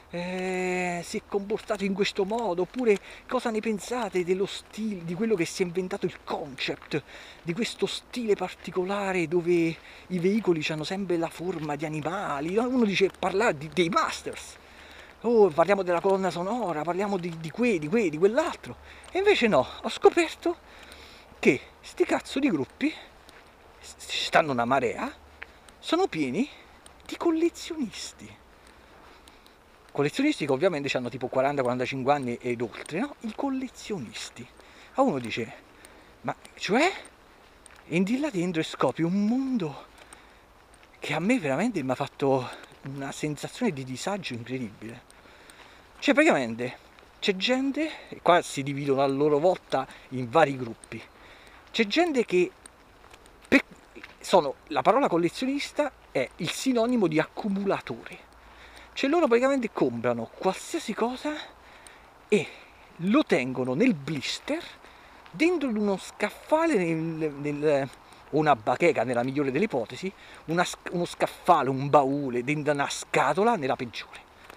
eh, si è comportato in questo modo? Oppure cosa ne pensate dello stile, di quello che si è inventato il concept, di questo stile particolare dove i veicoli hanno sempre la forma di animali? Uno dice parlare di, dei Masters, oh, parliamo della colonna sonora, parliamo di, di que, di que, di quell'altro. E invece no, ho scoperto che sti cazzo di gruppi, stanno una marea, sono pieni di collezionisti. Collezionisti che ovviamente hanno tipo quaranta quarantacinque anni ed oltre, no? I collezionisti. A uno dice, ma cioè? Entri là dentro e scopri un mondo che a me veramente mi ha fatto una sensazione di disagio incredibile. Cioè praticamente c'è gente, e qua si dividono a loro volta in vari gruppi, c'è gente che per, sono, la parola collezionista è il sinonimo di accumulatore. Cioè loro praticamente comprano qualsiasi cosa e lo tengono nel blister, dentro uno scaffale, nel, nel, una bacheca nella migliore delle ipotesi, una, uno scaffale, un baule, dentro una scatola nella peggiore.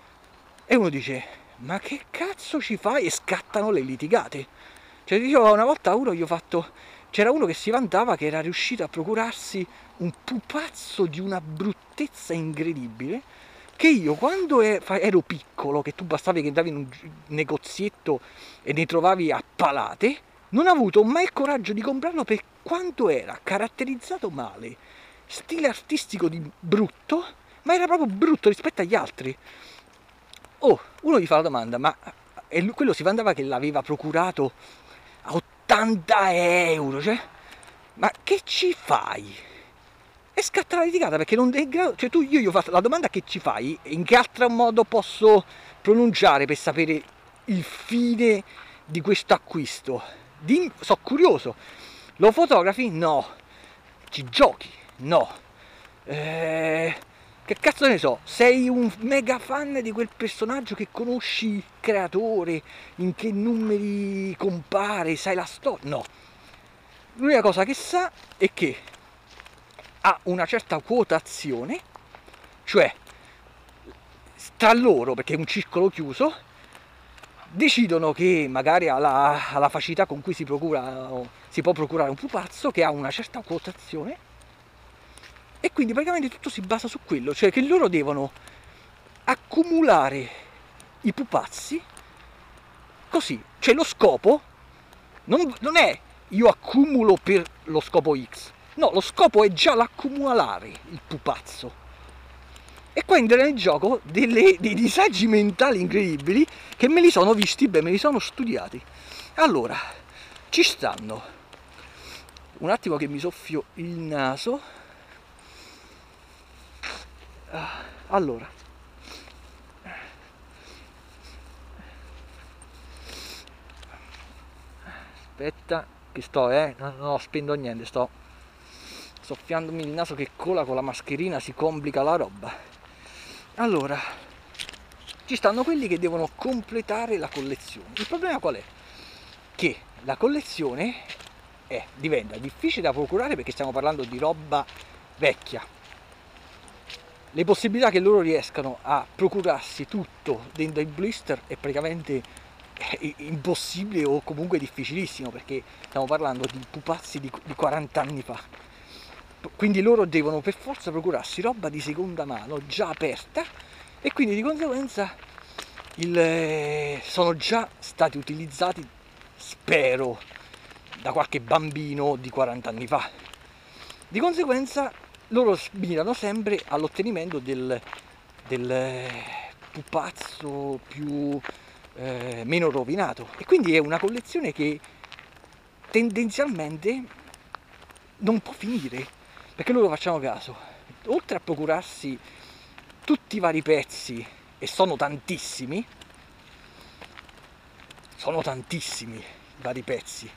E uno dice, ma che cazzo ci fai? E scattano le litigate. Cioè io una volta uno gli ho fatto, c'era uno che si vantava che era riuscito a procurarsi un pupazzo di una bruttezza incredibile, che io quando ero piccolo, che tu bastavi che andavi in un negozietto e ne trovavi a palate, non ho avuto mai il coraggio di comprarlo per quanto era caratterizzato male, stile artistico di brutto, ma era proprio brutto rispetto agli altri. Oh, uno gli fa la domanda, ma e lui, quello si vantava che l'aveva procurato a ottanta euro, cioè, ma che ci fai? E scatta la litigata perché non è in grado, cioè tu, io gli ho fatto la domanda che ci fai, in che altro modo posso pronunciare per sapere il fine di questo acquisto? Dim, sono curioso, lo fotografi? No. Ci giochi? No. Eh, che cazzo ne so, sei un mega fan di quel personaggio che conosci il creatore, in che numeri compare, sai la storia? No. L'unica cosa che sa è che ha una certa quotazione, cioè tra loro, perché è un circolo chiuso, decidono che magari alla, alla facilità con cui si, procura, si può procurare un pupazzo che ha una certa quotazione, e quindi praticamente tutto si basa su quello, cioè che loro devono accumulare i pupazzi così, cioè lo scopo non, non è io accumulo per lo scopo X, no, lo scopo è già l'accumulare il pupazzo. E qua entra nel gioco delle, dei disagi mentali incredibili che me li sono visti bene, me li sono studiati. Allora, ci stanno, un attimo che mi soffio il naso. Allora, aspetta che sto, eh, non, non spendo niente, sto soffiandomi il naso che cola con la mascherina, si complica la roba. Allora, ci stanno quelli che devono completare la collezione. Il problema qual è? Che la collezione è, diventa difficile da procurare perché stiamo parlando di roba vecchia. le possibilità che loro riescano a procurarsi tutto dentro i blister è praticamente impossibile o comunque difficilissimo, perché stiamo parlando di pupazzi di, di quaranta anni fa. Quindi loro devono per forza procurarsi roba di seconda mano già aperta, e quindi di conseguenza il, sono già stati utilizzati, spero, da qualche bambino di quaranta anni fa. Di conseguenza loro mirano sempre all'ottenimento del, del pupazzo più eh, meno rovinato, e quindi è una collezione che tendenzialmente non può finire, perché loro, facciamo caso, oltre a procurarsi tutti i vari pezzi, e sono tantissimi, sono tantissimi i vari pezzi.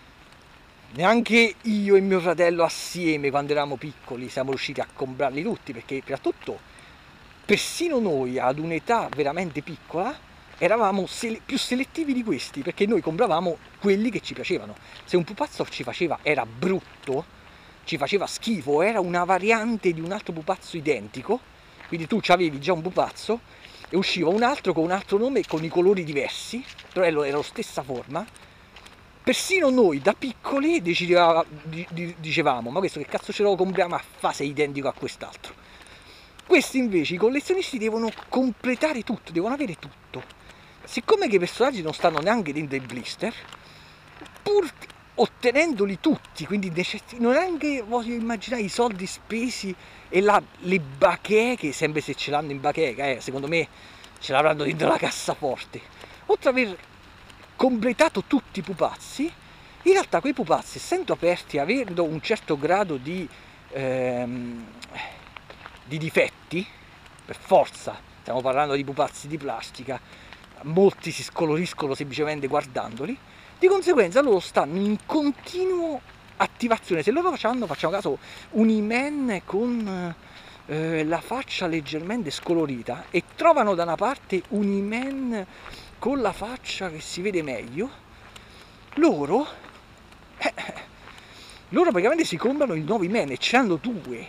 Neanche io e mio fratello assieme, quando eravamo piccoli, siamo riusciti a comprarli tutti, perché prima di tutto persino noi ad un'età veramente piccola eravamo sele- più selettivi di questi, perché noi compravamo quelli che ci piacevano. Se un pupazzo ci faceva, era brutto, ci faceva schifo, era una variante di un altro pupazzo identico, quindi tu avevi già un pupazzo e usciva un altro con un altro nome, con i colori diversi, però era la stessa forma. Persino noi da piccoli dicevamo: ma questo che cazzo ce lo compriamo a fase identico a quest'altro? Questi invece, i collezionisti, devono completare tutto, devono avere tutto. Siccome che i personaggi non stanno neanche dentro i blister, pur ottenendoli tutti, quindi non neanche voglio immaginare i soldi spesi e la, le bacheche, sempre se ce l'hanno in bacheca, eh, secondo me ce l'avranno dentro la cassaforte. Oltre ad aver completato tutti i pupazzi, in realtà quei pupazzi, essendo aperti, avendo un certo grado di, ehm, di difetti, per forza, stiamo parlando di pupazzi di plastica, molti si scoloriscono semplicemente guardandoli, di conseguenza loro stanno in continuo attivazione. Se loro facciano, facciamo caso, un He-Man con eh, la faccia leggermente scolorita e trovano da una parte un He-Man con la faccia che si vede meglio, loro eh, loro praticamente si comprano il nuovo He-Man e ce l'hanno due.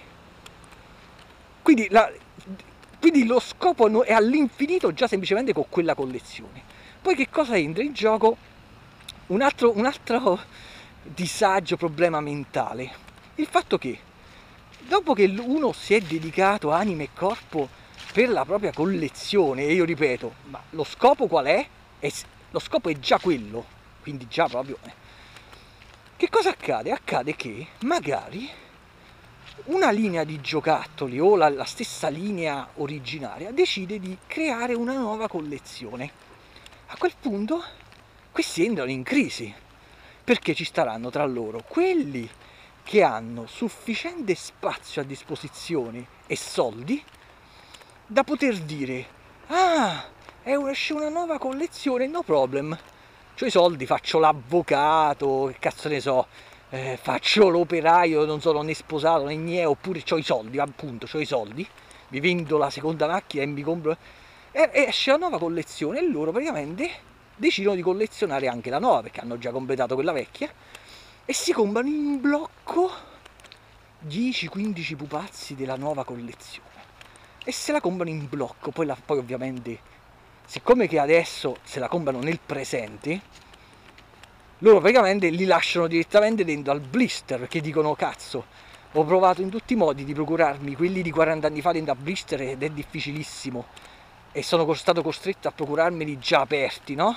Quindi, la, quindi lo scopo è all'infinito già semplicemente con quella collezione. Poi che cosa entra in gioco? Un altro, un altro disagio, problema mentale. Il fatto che dopo che uno si è dedicato anima e corpo per la propria collezione, e io ripeto, ma lo scopo qual è? è lo scopo è già quello, quindi già proprio... Eh. Che cosa accade? Accade che magari una linea di giocattoli o la, la stessa linea originaria decide di creare una nuova collezione. A quel punto questi entrano in crisi, perché ci staranno tra loro quelli che hanno sufficiente spazio a disposizione e soldi da poter dire: ah, esce una nuova collezione, no problem, c'ho i soldi, faccio l'avvocato, che cazzo ne so, eh, faccio l'operaio, non sono né sposato né niente, oppure c'ho i soldi, appunto, c'ho i soldi, mi vendo la seconda macchina e mi compro... E esce la nuova collezione e loro praticamente decidono di collezionare anche la nuova, perché hanno già completato quella vecchia, e si comprano in blocco dieci quindici pupazzi della nuova collezione. E se la comprano in blocco, poi, la, poi ovviamente, siccome che adesso se la comprano nel presente, loro praticamente li lasciano direttamente dentro al blister, perché dicono: cazzo, ho provato in tutti i modi di procurarmi quelli di quaranta anni fa dentro al blister ed è difficilissimo, e sono stato costretto a procurarmeli già aperti, no?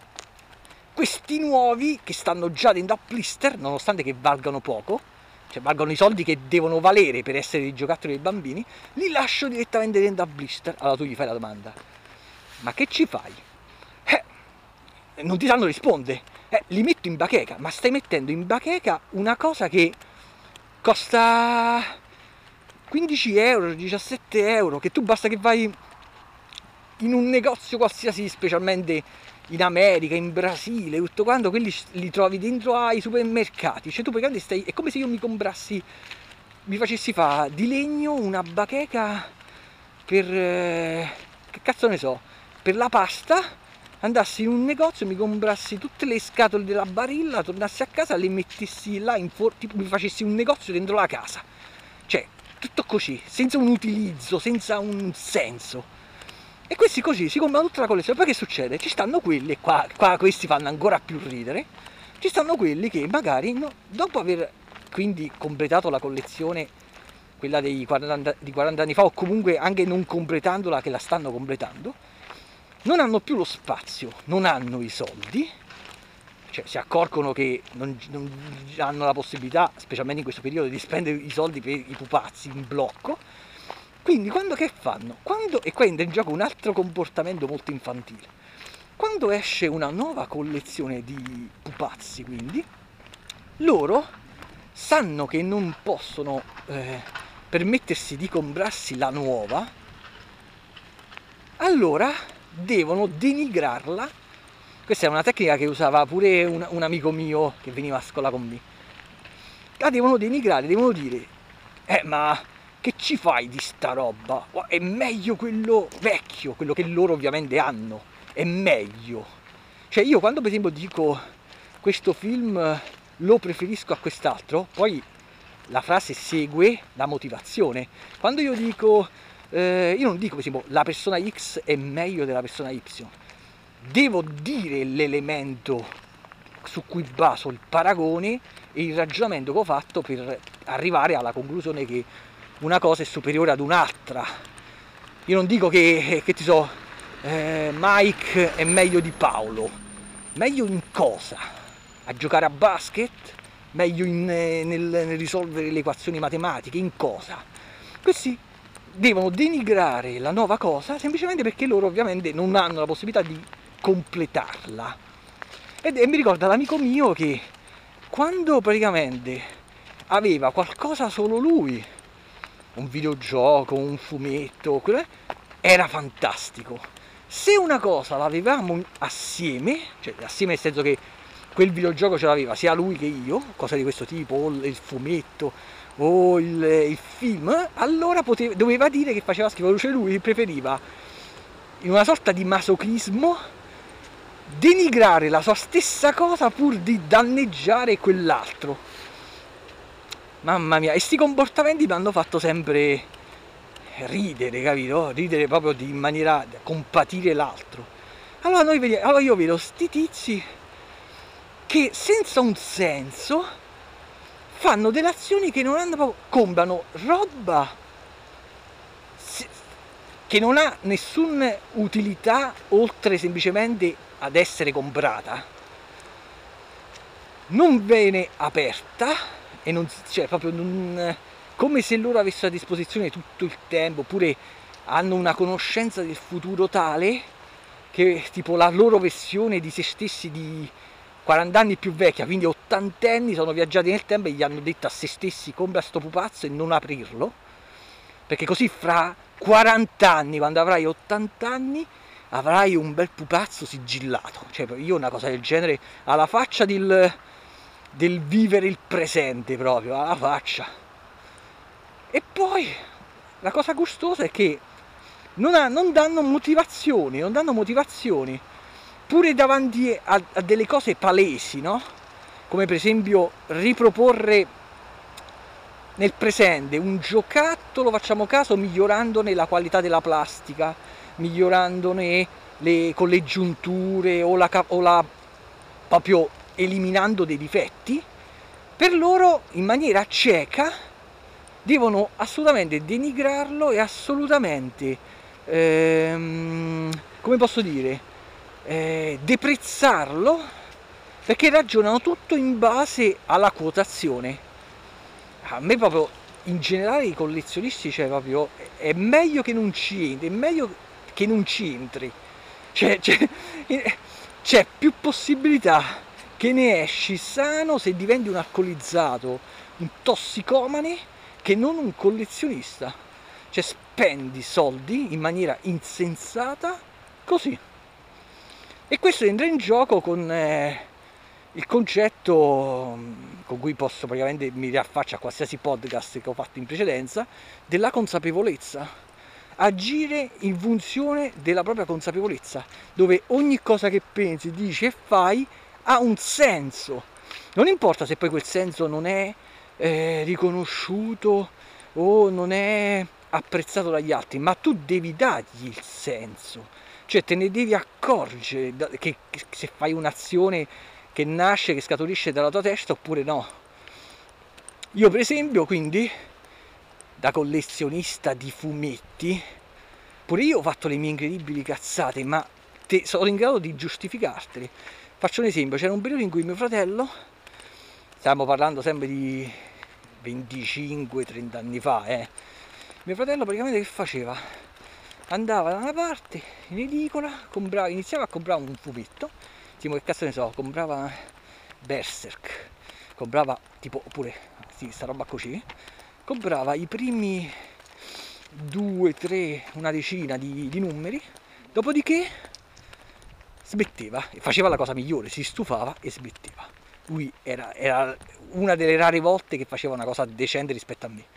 Questi nuovi, che stanno già dentro al blister, nonostante che valgano poco, cioè valgono i soldi che devono valere per essere i giocattoli dei bambini, li lascio direttamente dentro al blister. Allora tu gli fai la domanda: ma che ci fai? Eh, non ti sanno rispondere. Eh, li metto in bacheca. Ma stai mettendo in bacheca una cosa che costa quindici euro, diciassette euro, che tu basta che vai in un negozio qualsiasi, specialmente in America, in Brasile, tutto quanto, quelli li trovi dentro ai supermercati. Cioè tu praticamente stai... è come se io mi comprassi, mi facessi fare di legno una bacheca per... Eh, che cazzo ne so, per la pasta, andassi in un negozio, mi comprassi tutte le scatole della Barilla, tornassi a casa, le mettessi là in forno, tipo mi facessi un negozio dentro la casa. Cioè, tutto così, senza un utilizzo, senza un senso. E questi così si comprano tutta la collezione. Poi che succede? Ci stanno quelli, qua, qua questi fanno ancora più ridere, ci stanno quelli che magari no, dopo aver quindi completato la collezione, quella dei quaranta, di quaranta anni fa, o comunque anche non completandola, che la stanno completando, non hanno più lo spazio, non hanno i soldi, cioè si accorgono che non, non hanno la possibilità, specialmente in questo periodo, di spendere i soldi per i pupazzi in blocco. Quindi quando che fanno? Quando, e qua entra in gioco un altro comportamento molto infantile, quando esce una nuova collezione di pupazzi, quindi, loro sanno che non possono eh, permettersi di comprarsi la nuova, allora devono denigrarla. Questa è una tecnica che usava pure un, un amico mio che veniva a scuola con me. La devono denigrare, devono dire, eh ma che ci fai di sta roba? È meglio quello vecchio, quello che loro ovviamente hanno, è meglio. Cioè io quando per esempio dico questo film lo preferisco a quest'altro, poi la frase segue la motivazione. Quando io dico, eh, io non dico per esempio la persona X è meglio della persona Y, devo dire l'elemento su cui baso il paragone e il ragionamento che ho fatto per arrivare alla conclusione che una cosa è superiore ad un'altra. Io non dico che, che ti so, eh, Mike è meglio di Paolo. Meglio in cosa? A giocare a basket? Meglio in, eh, nel, nel risolvere le equazioni matematiche? In cosa? Questi devono denigrare la nuova cosa semplicemente perché loro ovviamente non hanno la possibilità di completarla. Ed, e mi ricorda l'amico mio che quando praticamente aveva qualcosa solo lui, un videogioco, un fumetto, era fantastico. Se una cosa l'avevamo assieme, cioè assieme nel senso che quel videogioco ce l'aveva sia lui che io, cosa di questo tipo, o il fumetto o il, il film, allora poteva, doveva dire che faceva schifo, cioè lui preferiva, in una sorta di masochismo, denigrare la sua stessa cosa pur di danneggiare quell'altro. Mamma mia, e sti comportamenti mi hanno fatto sempre ridere, capito? Ridere proprio di, in maniera da compatire l'altro. Allora, noi vediamo, allora io vedo sti tizi che senza un senso fanno delle azioni che non hanno proprio, comprano roba che non ha nessuna utilità oltre semplicemente ad essere comprata, non viene aperta e non, cioè proprio non, come se loro avessero a disposizione tutto il tempo, oppure hanno una conoscenza del futuro tale che tipo la loro versione di se stessi di quaranta anni più vecchia, quindi ottantenni, sono viaggiati nel tempo e gli hanno detto a se stessi compra sto pupazzo e non aprirlo, perché così fra quaranta anni, quando avrai ottanta anni, avrai un bel pupazzo sigillato. Cioè io una cosa del genere, alla faccia del, del vivere il presente proprio, alla faccia. E poi la cosa gustosa è che non, ha, non danno motivazioni, non danno motivazioni pure davanti a, a delle cose palesi, no? Come per esempio riproporre nel presente un giocattolo, facciamo caso, migliorandone la qualità della plastica, migliorandone le, con le giunture o la, o la proprio eliminando dei difetti. Per loro in maniera cieca devono assolutamente denigrarlo e assolutamente ehm, come posso dire eh, deprezzarlo, perché ragionano tutto in base alla quotazione. A me proprio in generale i collezionisti, cioè proprio è meglio che non ci entri, è meglio che non ci entri, cioè c'è più possibilità che ne esci sano se diventi un alcolizzato, un tossicomane, che non un collezionista. Cioè spendi soldi in maniera insensata così. E questo entra in gioco con eh, il concetto con cui posso praticamente mi riaffaccio a qualsiasi podcast che ho fatto in precedenza, della consapevolezza. Agire in funzione della propria consapevolezza, dove ogni cosa che pensi, dici e fai ha un senso. Non importa se poi quel senso non è eh, riconosciuto o non è apprezzato dagli altri, ma tu devi dargli il senso, cioè te ne devi accorgere che, che se fai un'azione che nasce, che scaturisce dalla tua testa oppure no. Io per esempio, quindi, da collezionista di fumetti, pure io ho fatto le mie incredibili cazzate, ma te, sono in grado di giustificarteli. Faccio un esempio: c'era un periodo in cui mio fratello, stiamo parlando sempre di venticinque trenta anni fa, eh, mio fratello praticamente che faceva? Andava da una parte in edicola, comprava, iniziava a comprare un fumetto, tipo che cazzo ne so, comprava Berserk, comprava tipo, oppure, sì, sta roba così, comprava i primi due, tre, una decina di, di numeri, dopodiché smetteva e faceva la cosa migliore, si stufava e smetteva. Lui era, era una delle rare volte che faceva una cosa decente rispetto a me.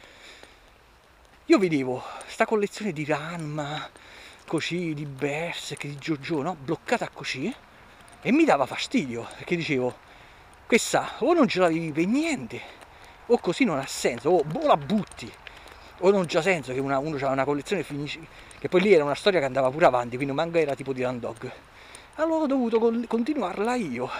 Io vedevo sta collezione di Ranma, così, di Berserk, di JoJo, no? Bloccata così, e mi dava fastidio, perché dicevo, questa o non ce l'avevi per niente, o così non ha senso, o, o la butti, o non c'ha senso che una, uno c'ha una collezione e finisce, che poi lì era una storia che andava pure avanti, quindi un manga era tipo di Run Dog. Allora ho dovuto continuarla io,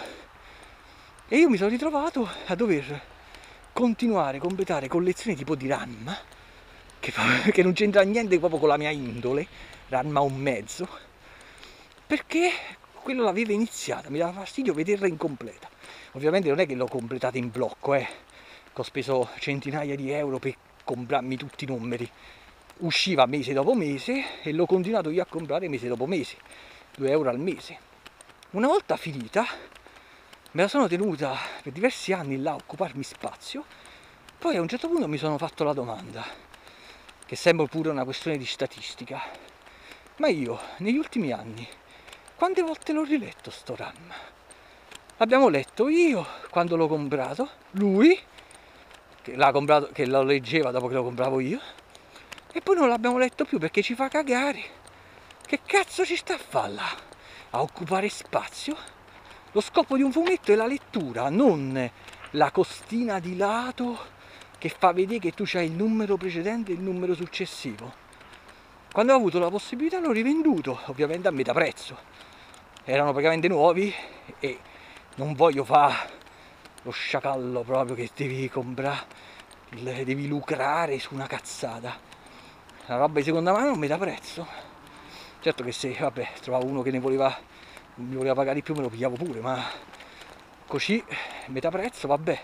e io mi sono ritrovato a dover continuare a completare collezioni tipo di Ranma, che, che non c'entra niente proprio con la mia indole, Ranma un mezzo, perché quello l'aveva iniziata, mi dava fastidio vederla incompleta. Ovviamente non è che l'ho completata in blocco, eh, che ho speso centinaia di euro per comprarmi tutti i numeri. Usciva mese dopo mese e l'ho continuato io a comprare mese dopo mese, due euro al mese. Una volta finita, me la sono tenuta per diversi anni là a occuparmi spazio, poi a un certo punto mi sono fatto la domanda, che sembra pure una questione di statistica, ma io negli ultimi anni quante volte l'ho riletto sto Ranma? L'abbiamo letto io quando l'ho comprato, lui che l'ha comprato, che lo leggeva dopo che lo compravo io, e poi non l'abbiamo letto più perché ci fa cagare. Che cazzo ci sta a fare là? A occupare spazio? Lo scopo di un fumetto è la lettura, non la costina di lato che fa vedere che tu c'hai il numero precedente e il numero successivo. Quando ho avuto la possibilità l'ho rivenduto, ovviamente a metà prezzo. Erano praticamente nuovi e non voglio fare lo sciacallo proprio che devi comprare, devi lucrare su una cazzata. La roba di seconda mano a metà prezzo. Certo che se, vabbè, trovavo uno che ne voleva, mi voleva pagare di più me lo pigliavo pure, ma così, metà prezzo, vabbè.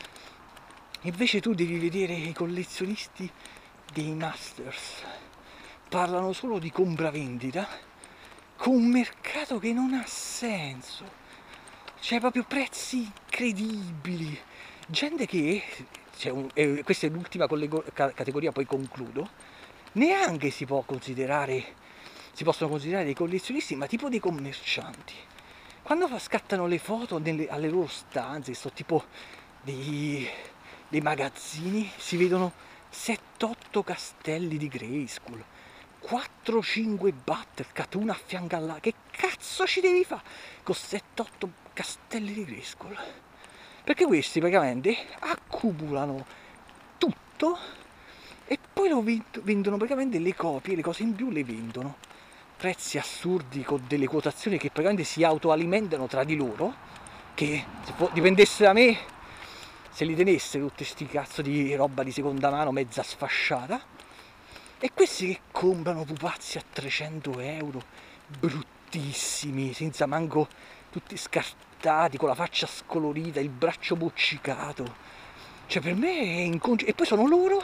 Invece tu devi vedere i collezionisti dei Masters, parlano solo di compravendita, con un mercato che non ha senso, c'è proprio prezzi incredibili, gente che, cioè un, eh, questa è l'ultima categoria, poi concludo, neanche si può considerare, si possono considerare dei collezionisti, ma tipo dei commercianti. Quando scattano le foto nelle, alle loro stanze, sto tipo dei, dei magazzini, si vedono sette otto castelli di Grayskull, quattro cinque Battlecat, una a fianco all'altra. Che cazzo ci devi fare con sette otto castelli di Grayskull? Perché questi praticamente accumulano tutto e poi lo vendono, praticamente le copie, le cose in più le vendono. Prezzi assurdi con delle quotazioni che praticamente si autoalimentano tra di loro, che se dipendesse da me, se li tenesse tutti sti cazzo di roba di seconda mano mezza sfasciata. E questi che comprano pupazzi a trecento euro, bruttissimi, senza manco, tutti scartati, con la faccia scolorita, il braccio boccicato. Cioè per me è inconcepibile. E poi sono loro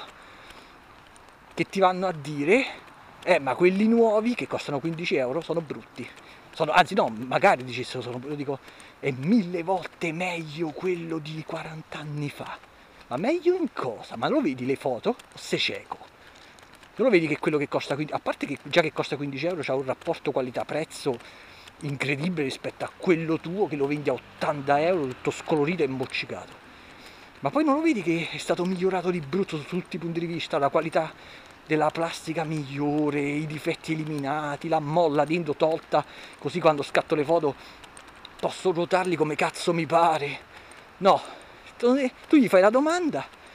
che ti vanno a dire, eh ma quelli nuovi che costano quindici euro sono brutti. Sono, anzi no, magari dicessero, sono, io dico, è mille volte meglio quello di quaranta anni fa. Ma meglio in cosa? Ma lo vedi le foto? O sei cieco? Non lo vedi che quello che costa, a parte che già che costa quindici euro c'ha un rapporto qualità-prezzo incredibile rispetto a quello tuo che lo vendi a ottanta euro tutto scolorito e imboccicato, ma poi non lo vedi che è stato migliorato di brutto su tutti i punti di vista, la qualità della plastica migliore, i difetti eliminati, la molla dentro tolta, così quando scatto le foto posso ruotarli come cazzo mi pare. No, tu gli fai la domanda,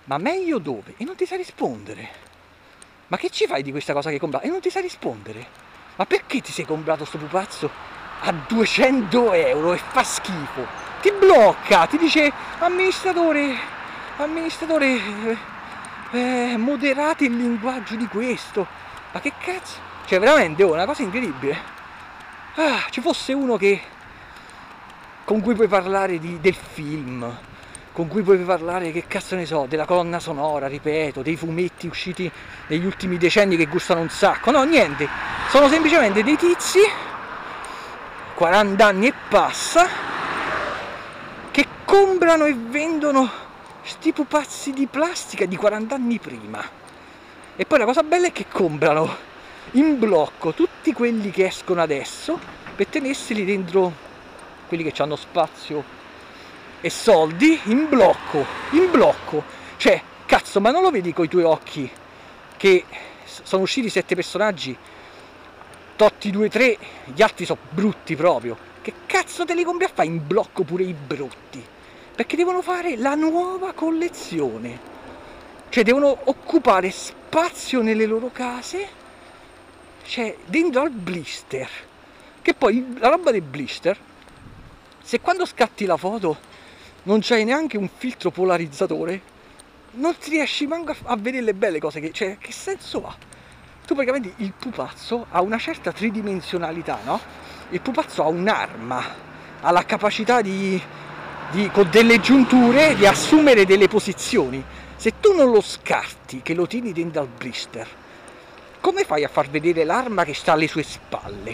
ma meglio dove? E non ti sa rispondere. Ma che ci fai di questa cosa che hai comprato? E non ti sa rispondere. Ma perché ti sei comprato sto pupazzo a duecento euro e fa schifo? Ti blocca, ti dice amministratore, amministratore, eh, moderate il linguaggio di questo. Ma che cazzo? Cioè veramente, oh, una cosa incredibile. Ah, ci fosse uno che con cui puoi parlare di, del film, con cui puoi parlare, che cazzo ne so, della colonna sonora, ripeto, dei fumetti usciti negli ultimi decenni che gustano un sacco. No, niente, sono semplicemente dei tizi, quaranta anni e passa, che comprano e vendono sti pupazzi di plastica di quaranta anni prima. E poi la cosa bella è che comprano in blocco tutti quelli che escono adesso per tenerseli dentro, quelli che hanno spazio e soldi, in blocco, in blocco. Cioè, cazzo, ma non lo vedi coi tuoi occhi che sono usciti sette personaggi, totti due tre, gli altri sono brutti proprio. Che cazzo te li compri a fare in blocco pure i brutti? Perché devono fare la nuova collezione, cioè devono occupare spazio nelle loro case, cioè dentro al blister. Che poi la roba dei blister, se quando scatti la foto non c'hai neanche un filtro polarizzatore, non ti riesci manco a vedere le belle cose che, cioè, che senso ha? Tu praticamente, il pupazzo ha una certa tridimensionalità, no? Il pupazzo ha un'arma, ha la capacità di, di, con delle giunture, di assumere delle posizioni. Se tu non lo scarti, che lo tieni dentro al blister, come fai a far vedere l'arma che sta alle sue spalle?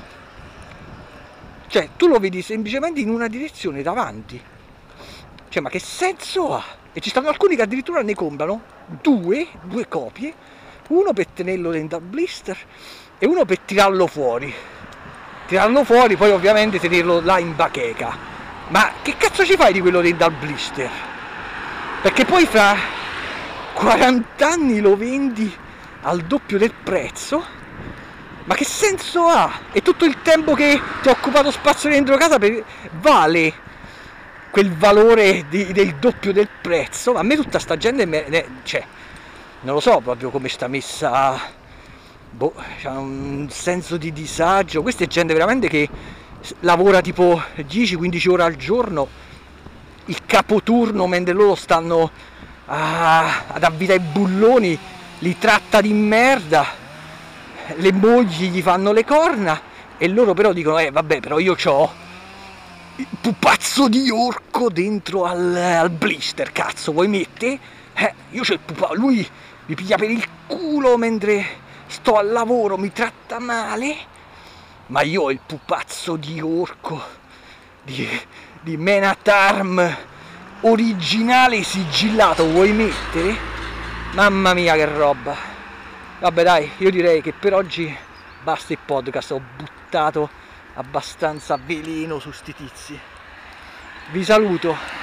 Cioè, tu lo vedi semplicemente in una direzione davanti. Cioè, ma che senso ha? E ci stanno alcuni che addirittura ne comprano due, due copie, uno per tenerlo dentro al blister e uno per tirarlo fuori. Tirarlo fuori, poi ovviamente tenerlo là in bacheca. Ma che cazzo ci fai di quello dentro al blister? Perché poi fra quaranta anni lo vendi al doppio del prezzo. Ma che senso ha? E tutto il tempo che ti ha occupato spazio dentro casa per, vale quel valore di, del doppio del prezzo? Ma a me tutta sta gente, me, ne, cioè, non lo so proprio come sta messa, boh, c'ha un senso di disagio. Questa è gente veramente che lavora tipo dieci quindici ore al giorno, il capoturno, mentre loro stanno a, ad avvitare i bulloni, li tratta di merda, le mogli gli fanno le corna e loro però dicono eh vabbè, però io c'ho il pupazzo di orco dentro al, al blister, cazzo vuoi mettere? Eh, io c'ho il pupazzo, lui mi piglia per il culo mentre sto al lavoro, mi tratta male, ma io ho il pupazzo di orco di, di Man at Arm originale sigillato, vuoi mettere? Mamma mia che roba. Vabbè dai, io direi che per oggi basta il podcast, ho buttato abbastanza veleno su sti tizi. Vi saluto.